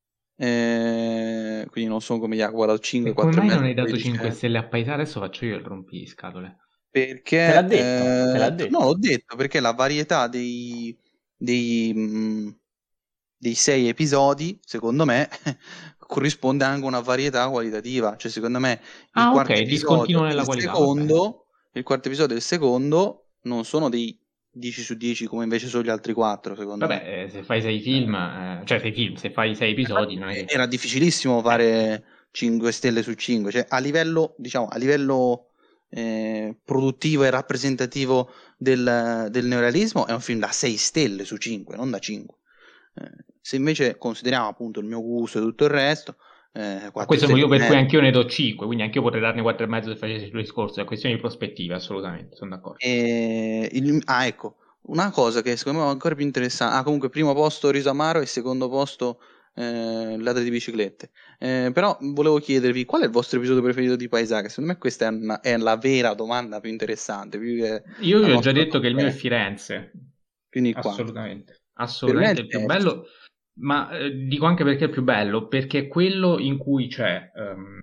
S3: E... quindi non sono come Jacopo, ho dato cinque, quattro e mezzo.
S1: Come mai non hai dato cinque stelle a Paesà? Adesso faccio io il rompiscatole.
S3: Perché
S2: te l'ha detto,
S3: eh,
S2: te l'ha detto.
S3: No, l'ho detto perché la varietà dei dei, mh, dei sei episodi, secondo me, corrisponde anche a una varietà qualitativa. Cioè, secondo me, il
S1: ah,
S3: quarto
S1: ok, discontinuo nella
S3: del
S1: qualità.
S3: Secondo, il quarto episodio del secondo non sono dei dieci su dieci come invece sono gli altri quattro, secondo
S1: Vabbè,
S3: me.
S1: Eh, se fai sei film, eh, cioè sei film, se fai sei episodi, non è...
S3: Era difficilissimo fare cinque stelle su cinque, cioè a livello, diciamo, a livello eh, produttivo e rappresentativo del, del neorealismo è un film da sei stelle su cinque, non da cinque. Eh, se invece consideriamo appunto il mio gusto e tutto il resto, eh,
S1: questo è il motivo per cui anch'io ne do cinque, quindi anch'io potrei darne quattro e mezzo se facessi il tuo discorso, è questione di prospettive, assolutamente, sono d'accordo.
S3: E il, ah, ecco, una cosa che secondo me è ancora più interessante, ah, comunque primo posto Riso Amaro e secondo posto eh, Ladri di biciclette. Eh, però volevo chiedervi qual è il vostro episodio preferito di Paesà, che secondo me questa è, una, è la vera domanda più interessante. Più che
S1: Io vi ho già detto che il mio è Firenze.
S3: Quindi
S1: assolutamente, assolutamente il più bello. Ma eh, dico anche perché è il più bello, perché è quello in cui c'è um,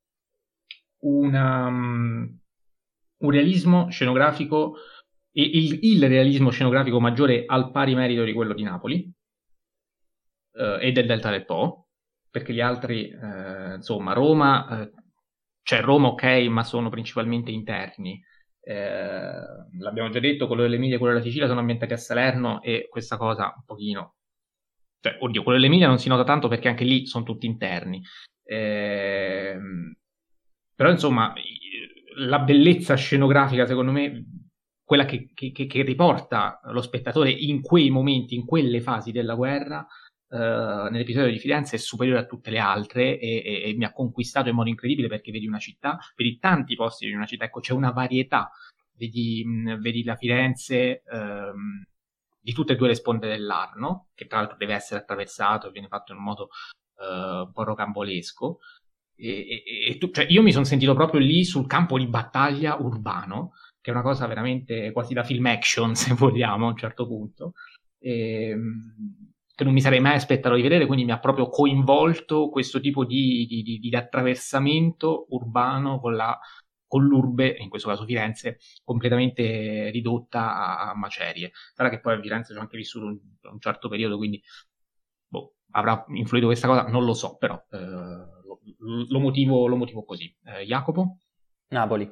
S1: una, um, un realismo scenografico, e il, il realismo scenografico maggiore al pari merito di quello di Napoli uh, e del Delta del Po, perché gli altri, uh, insomma, Roma, uh, cioè Roma ok, ma sono principalmente interni. Eh, l'abbiamo già detto, quello dell'Emilia e quello della Sicilia sono ambientati a Salerno e questa cosa un pochino... Cioè, oddio, quello dell'Emilia non si nota tanto perché anche lì sono tutti interni. Eh, però, insomma, la bellezza scenografica, secondo me, quella che, che, che riporta lo spettatore in quei momenti, in quelle fasi della guerra, eh, nell'episodio di Firenze, è superiore a tutte le altre e, e, e mi ha conquistato in modo incredibile perché vedi una città, vedi tanti posti di una città, ecco, c'è una varietà. Vedi, mh, vedi la Firenze... Ehm, di tutte e due le sponde dell'Arno, che tra l'altro deve essere attraversato, viene fatto in un modo uh, un po' rocambolesco. E, e, e tu, cioè io mi sono sentito proprio lì sul campo di battaglia urbano, che è una cosa veramente quasi da film action, se vogliamo, a un certo punto. E, che non mi sarei mai aspettato di vedere, quindi mi ha proprio coinvolto questo tipo di, di, di, di attraversamento urbano con, la, con l'urbe, in questo caso Firenze, completamente ridotta a, a macerie. Sarà che poi a Firenze ci ho anche vissuto un, un certo periodo, quindi boh, avrà influito questa cosa, non lo so, però eh, lo, lo, motivo, lo motivo così. Eh, Jacopo?
S2: Napoli.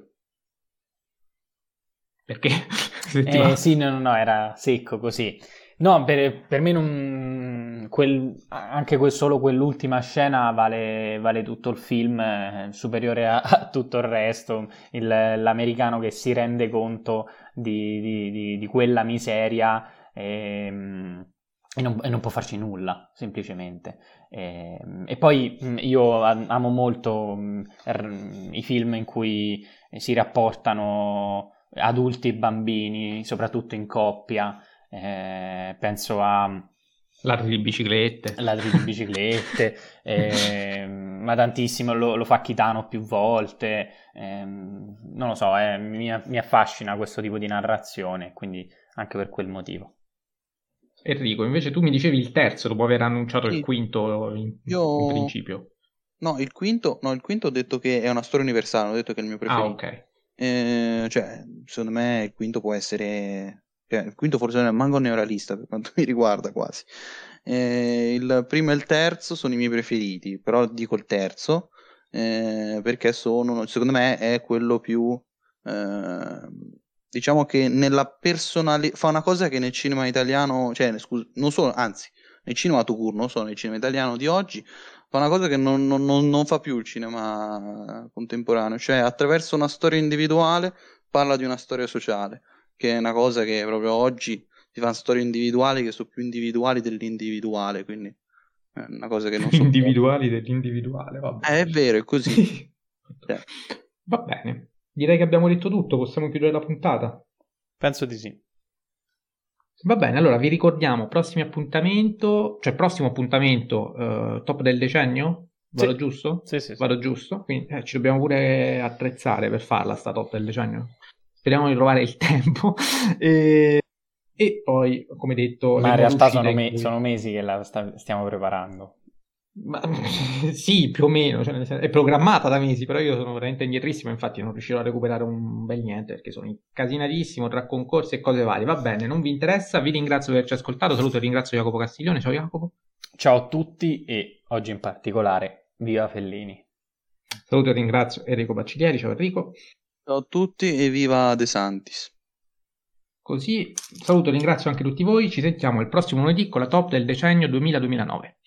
S1: Perché?
S2: Eh, sì, no, no, no, era secco così. No, per, per me non, quel, anche quel, solo quell'ultima scena vale, vale tutto il film, eh, superiore a, a tutto il resto. Il, l'americano che si rende conto di, di, di, di quella miseria e, e, non, e non può farci nulla, semplicemente. E, e poi io amo molto i film in cui si rapportano adulti e bambini, soprattutto in coppia. Eh, penso a
S1: ladri di biciclette,
S2: ladri di biciclette, eh, ma tantissimo, lo, lo fa Kitano più volte, eh, non lo so, eh, mi, mi affascina questo tipo di narrazione, quindi anche per quel motivo.
S1: Enrico, invece tu mi dicevi il terzo dopo aver annunciato
S3: Sì.
S1: il quinto in,
S3: Io...
S1: in principio.
S3: No, il quinto, no, il quinto ho detto che è una storia universale, ho detto che è il mio preferito.
S1: Ah, ok.
S3: Eh, cioè, secondo me il quinto può essere... Cioè, il quinto forse non è manco neorealista per quanto mi riguarda quasi. Eh, il primo e il terzo sono i miei preferiti, però dico il terzo eh, perché sono, secondo me è quello più... Eh, diciamo che nella personalità... Fa una cosa che nel cinema italiano... Cioè, scusa, non solo, anzi, nel cinema tout court, non solo nel cinema italiano di oggi, fa una cosa che non, non, non, non fa più il cinema contemporaneo, cioè attraverso una storia individuale parla di una storia sociale, che è una cosa che proprio oggi si fa storie individuali che sono più individuali dell'individuale, quindi è una cosa che non so.
S1: Individuali dell'individuale, vabbè.
S3: Eh, è vero, è così.
S1: Cioè. Va bene, direi che abbiamo detto tutto, possiamo chiudere la puntata?
S2: Penso di sì.
S1: Va bene, allora vi ricordiamo, prossimo appuntamento, cioè prossimo appuntamento, uh, top del decennio? Vado
S2: sì.
S1: giusto?
S2: Sì, sì, sì.
S1: Vado giusto? Quindi eh, ci dobbiamo pure attrezzare per farla sta top del decennio. Speriamo di trovare il tempo. e, e poi, come detto...
S2: Ma in realtà sono,
S1: me-
S2: me- sono mesi che la sta- stiamo preparando.
S1: Ma, sì, più o meno, cioè, è programmata da mesi, però io sono veramente indietrissimo, infatti non riuscirò a recuperare un bel niente perché sono incasinatissimo tra concorsi e cose varie. Va bene, non vi interessa, vi ringrazio per averci ascoltato, saluto e ringrazio Jacopo Castiglione. Ciao Jacopo.
S2: Ciao a tutti e oggi in particolare viva Fellini.
S1: Saluto e ringrazio Enrico Bacciglieri. Ciao Enrico.
S3: Ciao a tutti e viva De Santis.
S1: Così saluto e ringrazio anche tutti voi, ci sentiamo il prossimo lunedì con la top del decennio duemila duemilanove.